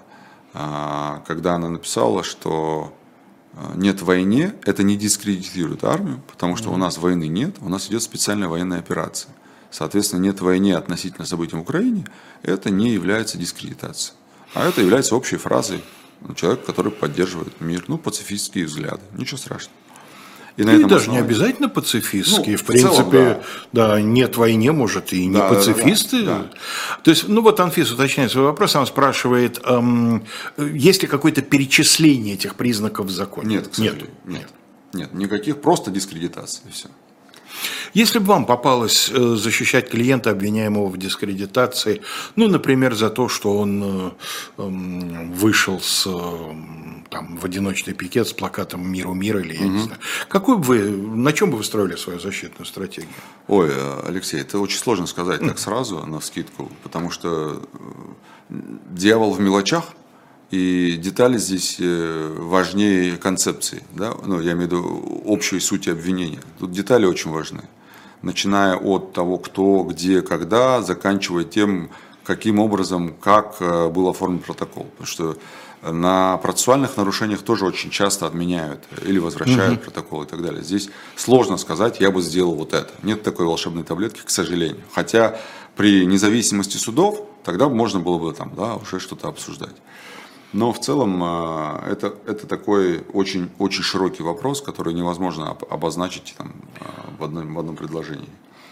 [SPEAKER 2] когда она написала, что «Нет войне» – это не дискредитирует армию, потому что у нас войны нет, у нас идет специальная военная операция. Соответственно, «нет войне» относительно событий в Украине – это не является дискредитацией. А это является общей фразой человека, который поддерживает мир, ну, пацифистские взгляды. Ничего страшного.
[SPEAKER 1] И, на и этом даже основании... не обязательно пацифистские. Ну, в, в принципе, целом, да. да, нет войне, может, и не да, пацифисты. Да, да, да. То есть, ну вот Анфис уточняет свой вопрос, он спрашивает, эм, есть ли какое-то перечисление этих признаков в законе?
[SPEAKER 2] Нет, к сожалению. Нет. Нет. Нет, никаких, просто дискредитации. Все.
[SPEAKER 1] Если бы вам попалось защищать клиента, обвиняемого в дискредитации, ну, например, за то, что он вышел с, там, в одиночный пикет с плакатом «Миру мир» или я угу. не знаю, какой бы вы, на чем бы вы строили свою защитную стратегию?
[SPEAKER 2] Ой, Алексей, это очень сложно сказать так сразу, навскидку, потому что дьявол в мелочах. И детали здесь важнее концепции, да? Ну, я имею в виду общей сути обвинения. Тут детали очень важны, начиная от того, кто, где, когда, заканчивая тем, каким образом, как был оформлен протокол. Потому что на процессуальных нарушениях тоже очень часто отменяют или возвращают угу. протокол и так далее. Здесь сложно сказать, я бы сделал вот это. Нет такой волшебной таблетки, к сожалению. Хотя при независимости судов тогда можно было бы там, да, уже что-то обсуждать. Но в целом это, это такой очень, очень широкий вопрос, который невозможно обозначить там, в, одном, в одном предложении.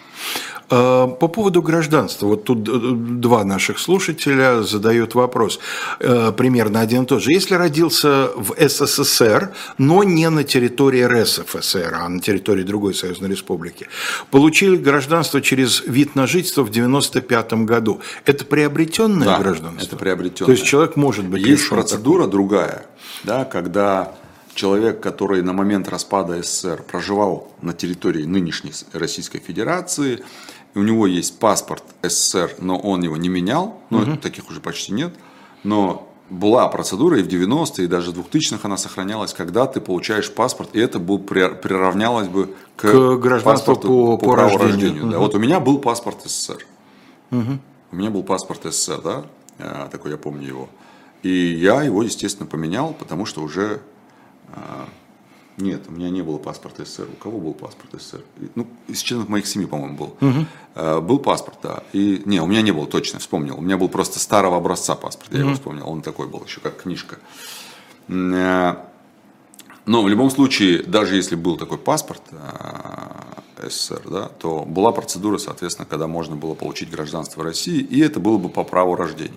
[SPEAKER 1] По поводу гражданства, вот тут два наших слушателя задают вопрос, примерно один и тот же. Если родился в СССР, но не на территории РСФСР, а на территории другой союзной республики, получили гражданство через вид на жительство в девяносто пятом году, это приобретенное
[SPEAKER 2] да,
[SPEAKER 1] гражданство?
[SPEAKER 2] Это приобретенное.
[SPEAKER 1] То есть человек может быть...
[SPEAKER 2] Есть процедура такого. другая, да, когда... Человек, который на момент распада СССР проживал на территории нынешней Российской Федерации, у него есть паспорт СССР, но он его не менял, ну, угу. таких уже почти нет, но была процедура и в девяностые, и даже в двухтысячных она сохранялась, когда ты получаешь паспорт, и это бы приравнялось бы к,
[SPEAKER 1] к паспорту по, по, по
[SPEAKER 2] праву
[SPEAKER 1] рождению.
[SPEAKER 2] рождению.
[SPEAKER 1] Угу.
[SPEAKER 2] Да. Вот у меня был паспорт СССР,
[SPEAKER 1] угу.
[SPEAKER 2] у меня был паспорт СССР, да, такой я помню его, и я его, естественно, поменял, потому что уже... Нет, у меня не было паспорта СССР. У кого был паспорт СССР? Ну, из членов моих семьи, по-моему, был. Угу. Был паспорт, да. И, не, у меня не было, точно вспомнил. У меня был просто старого образца паспорт, я угу. его вспомнил. Он такой был, еще как книжка. Но в любом случае, даже если был такой паспорт СССР, да, то была процедура, соответственно, когда можно было получить гражданство России, и это было бы по праву рождения.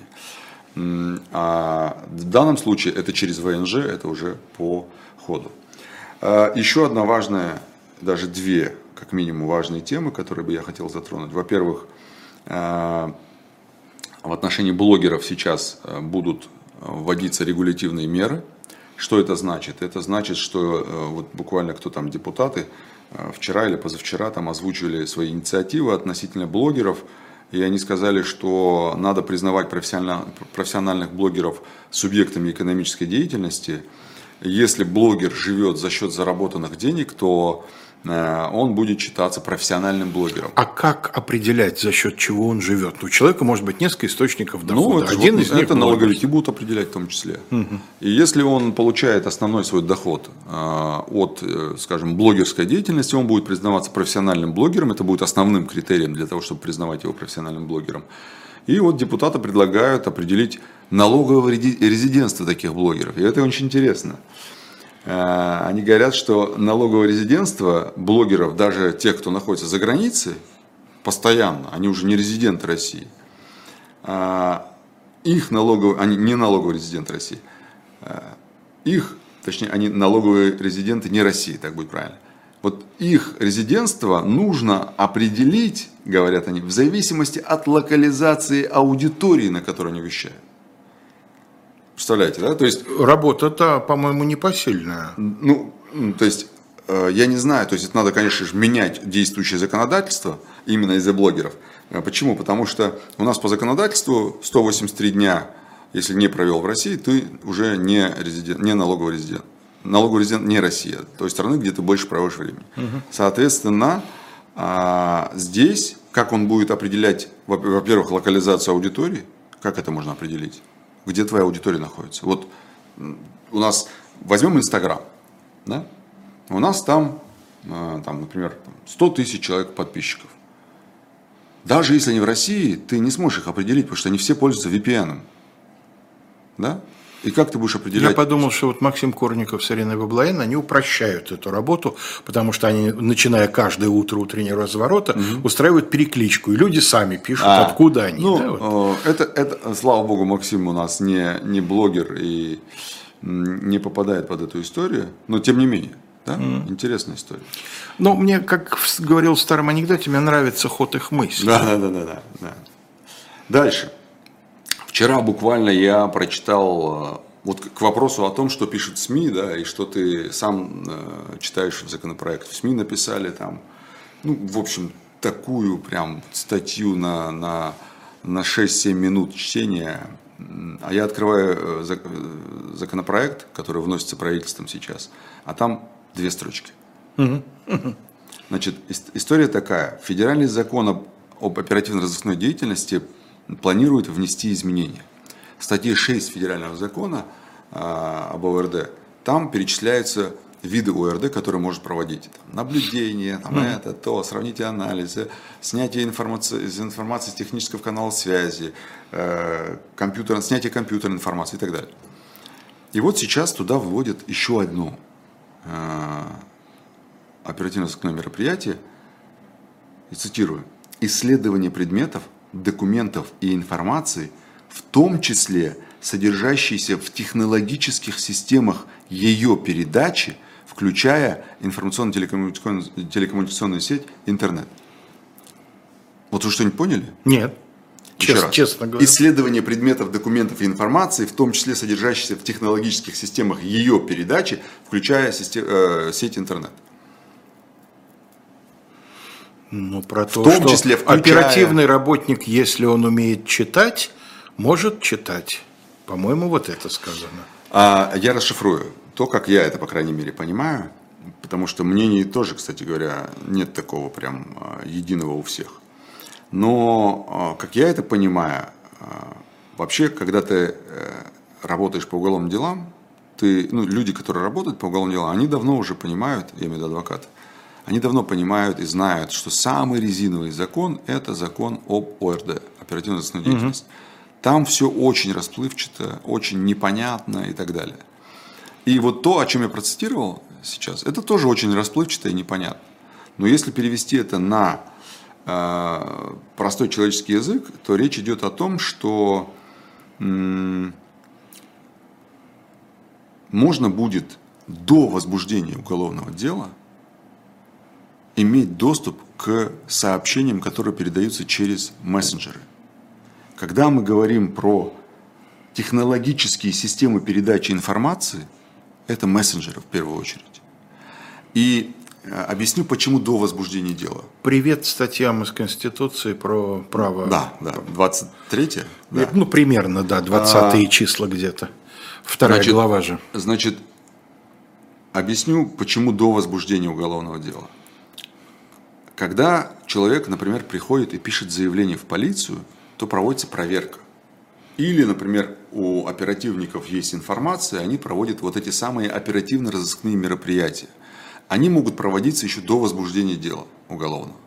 [SPEAKER 2] А в данном случае это через ВНЖ, это уже по ходу. Еще одна важная, даже две, как минимум, важные темы, которые бы я хотел затронуть. Во-первых, в отношении блогеров сейчас будут вводиться регулятивные меры. Что это значит? Это значит, что вот буквально кто там, депутаты, вчера или позавчера там озвучили свои инициативы относительно блогеров. И они сказали, что надо признавать профессиональных блогеров субъектами экономической деятельности. Если блогер живет за счет заработанных денег, то он будет считаться профессиональным блогером.
[SPEAKER 1] А как определять, за счет чего он живет? У человека может быть несколько источников дохода.
[SPEAKER 2] Ну, это,
[SPEAKER 1] Один
[SPEAKER 2] вот,
[SPEAKER 1] из них
[SPEAKER 2] это налоговики будут определять в том числе. Угу. И если он получает основной свой доход от, скажем, блогерской деятельности, он будет признаваться профессиональным блогером. Это будет основным критерием для того, чтобы признавать его профессиональным блогером. И вот депутаты предлагают определить налоговое резидентство таких блогеров. И это очень интересно. Они говорят, что налоговое резидентство блогеров, даже тех, кто находится за границей, постоянно, они уже не резиденты России, их налоговые, они не налоговые резиденты России, их, точнее, они налоговые резиденты не России, так будет правильно. Вот их резидентство нужно определить, говорят они, в зависимости от локализации аудитории, на которой они вещают. Представляете, да? То есть
[SPEAKER 1] работа-то, по-моему, непосильная.
[SPEAKER 2] Ну, то есть, я не знаю, то есть это надо, конечно же, менять действующее законодательство именно из-за блогеров. Почему? Потому что у нас по законодательству сто восемьдесят три дня, если не провел в России, ты уже не резидент, не налоговый резидент. Налоговый резидент не Россия, той страны, где ты больше проводишь времени. Угу. Соответственно, здесь, как он будет определять, во-первых, локализацию аудитории, как это можно определить? Где твоя аудитория находится? Вот у нас, возьмем Инстаграм, да? У нас там, там, например, сто тысяч человек подписчиков. Даже если они в России, ты не сможешь их определить, потому что они все пользуются ви пи эн. Да? И как ты будешь определять?
[SPEAKER 1] Я подумал, что вот Максим Корников с Ириной Баблоян, они упрощают эту работу, потому что они, начиная каждое утро утреннего разворота, угу. устраивают перекличку, и люди сами пишут, а, откуда они.
[SPEAKER 2] Ну,
[SPEAKER 1] да, вот.
[SPEAKER 2] это, это, слава богу, Максим у нас не, не блогер и не попадает под эту историю, но тем не менее. Да? Mm. Интересная история.
[SPEAKER 1] Ну, мне, как говорил в старом анекдоте, мне нравится ход их мыслей.
[SPEAKER 2] Да, да, да, да, да. Дальше. Вчера буквально я прочитал вот к вопросу о том, что пишут СМИ, да, и что ты сам э, читаешь в законопроект. В СМИ написали там, ну, в общем, такую прям статью на, на, на шесть-семь минут чтения. А я открываю законопроект, который вносится правительством сейчас, а там две строчки. Значит, история такая. Федеральный закон об, об оперативно-розыскной деятельности планирует внести изменения. В статье шесть федерального закона а, об ОРД там перечисляются виды ОРД, которые может проводить. Там, наблюдение, там, mm. это, то, сравнительные анализы, снятие информации, из информации с технического канала связи, э, компьютер, снятие компьютерной информации и так далее. И вот сейчас туда вводят еще одно э, оперативно-розыскное мероприятие, и цитирую, исследование предметов, документов и информации, в том числе содержащейся в технологических системах ее передачи, включая информационно-телекоммуникационную, телекоммуникационную сеть, интернет. Вот вы что-нибудь поняли?
[SPEAKER 1] Нет.
[SPEAKER 2] Честно,
[SPEAKER 1] честно говоря.
[SPEAKER 2] Исследование предметов, документов и информации, в том числе содержащейся в технологических системах ее передачи, включая систем, э, сеть интернет.
[SPEAKER 1] Ну, про то,
[SPEAKER 2] в том
[SPEAKER 1] что
[SPEAKER 2] числе включая...
[SPEAKER 1] оперативный работник, если он умеет читать, может читать. По-моему, вот это сказано.
[SPEAKER 2] А, я расшифрую то, как я это, по крайней мере, понимаю, потому что мнений тоже, кстати говоря, нет такого прям единого у всех. Но, как я это понимаю, вообще, когда ты работаешь по уголовным делам, ты, ну, люди, которые работают по уголовным делам, они давно уже понимают, я имею в виду адвокаты, они давно понимают и знают, что самый резиновый закон – это закон об ОРД, оперативно-розыскной деятельности. Угу. Там все очень расплывчато, очень непонятно и так далее. И вот то, о чем я процитировал сейчас, это тоже очень расплывчато и непонятно. Но если перевести это на э, простой человеческий язык, то речь идет о том, что м- можно будет до возбуждения уголовного дела иметь доступ к сообщениям, которые передаются через мессенджеры. Когда мы говорим про технологические системы передачи информации, это мессенджеры в первую очередь. И объясню, почему до возбуждения дела.
[SPEAKER 1] Привет статьям из Конституции про право...
[SPEAKER 2] Да, да, двадцать третье. Да.
[SPEAKER 1] Ну, примерно, да, двадцатые а, числа где-то. Вторая значит, глава же.
[SPEAKER 2] Значит, объясню, почему до возбуждения уголовного дела. Когда человек, например, приходит и пишет заявление в полицию, то проводится проверка. Или, например, у оперативников есть информация, они проводят вот эти самые оперативно-розыскные мероприятия. Они могут проводиться еще до возбуждения дела уголовного.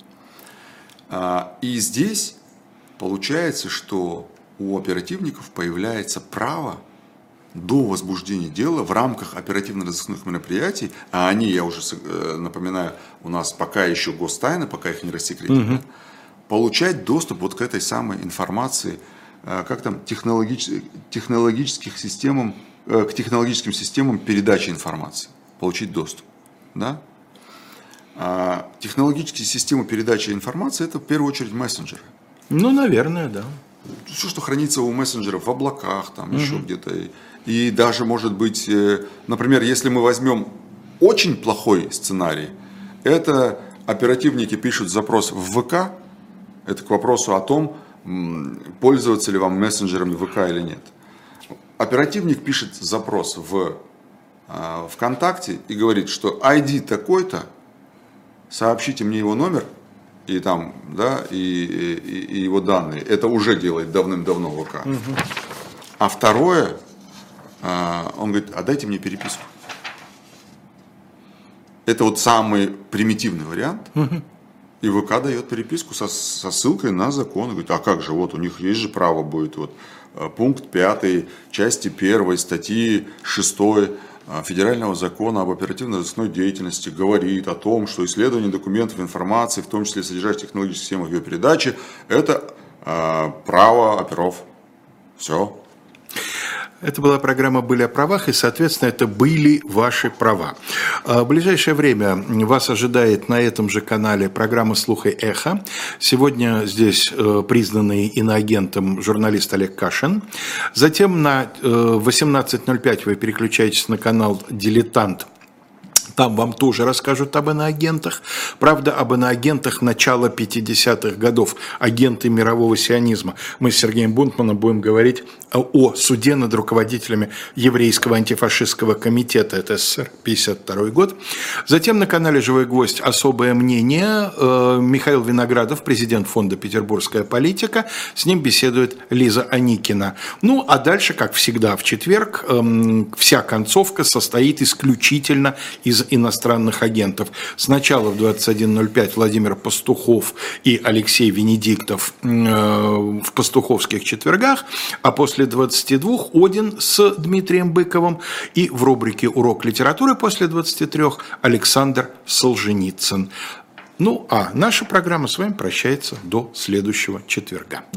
[SPEAKER 2] И здесь получается, что у оперативников появляется право до возбуждения дела в рамках оперативно-розыскных мероприятий, а они, я уже напоминаю, у нас пока еще гостайны, пока их не рассекретили, угу. получать доступ вот к этой самой информации, как там, технологич... технологических системам, к технологическим системам передачи информации, получить доступ. Да? А технологические системы передачи информации – это в первую очередь мессенджеры.
[SPEAKER 1] Ну, наверное, да.
[SPEAKER 2] Все, что хранится у мессенджеров в облаках, там угу. еще где-то. И даже, может быть, например, если мы возьмем очень плохой сценарий, это оперативники пишут запрос в ВК, это к вопросу о том, пользоваться ли вам мессенджерами ВК или нет. Оперативник пишет запрос в э, ВКонтакте и говорит, что ай ди такой-то, сообщите мне его номер и, там, да, и, и, и его данные. Это уже делает давным-давно ВК. Угу. А второе, э, он говорит, а дайте мне переписку. Это вот самый примитивный вариант. Угу. И ВК дает переписку со, со ссылкой на закон. Говорит, а как же, вот у них есть же право будет. Вот, пункт пятый, части первой, статьи шестой Федерального закона об оперативно-розыскной деятельности говорит о том, что исследование документов, информации, в том числе содержащих технологических систем ее передачи, это э, право оперов. Все.
[SPEAKER 1] Это была программа «Были о правах», и, соответственно, это были ваши права. В ближайшее время вас ожидает на этом же канале программа «Слух и эхо». Сегодня здесь признанный иноагентом журналист Олег Кашин. Затем на восемнадцать ноль пять вы переключаетесь на канал «Дилетант». Там вам тоже расскажут об иноагентах. Правда, об иноагентах начала пятидесятых годов, агенты мирового сионизма. Мы с Сергеем Бунтманом будем говорить о суде над руководителями еврейского антифашистского комитета, это СССР, пятьдесят второй год. Затем на канале «Живой гвоздь» особое мнение. Михаил Виноградов, президент фонда «Петербургская политика». С ним беседует Лиза Аникина. Ну, а дальше, как всегда, в четверг вся концовка состоит исключительно из иностранных агентов. Сначала в двадцать один ноль пять Владимир Пастухов и Алексей Венедиктов в пастуховских четвергах, а после двадцати двух Один с Дмитрием Быковым, и в рубрике «Урок литературы» после двадцати трёх Александр Солженицын. Ну, а наша программа с вами прощается до следующего четверга.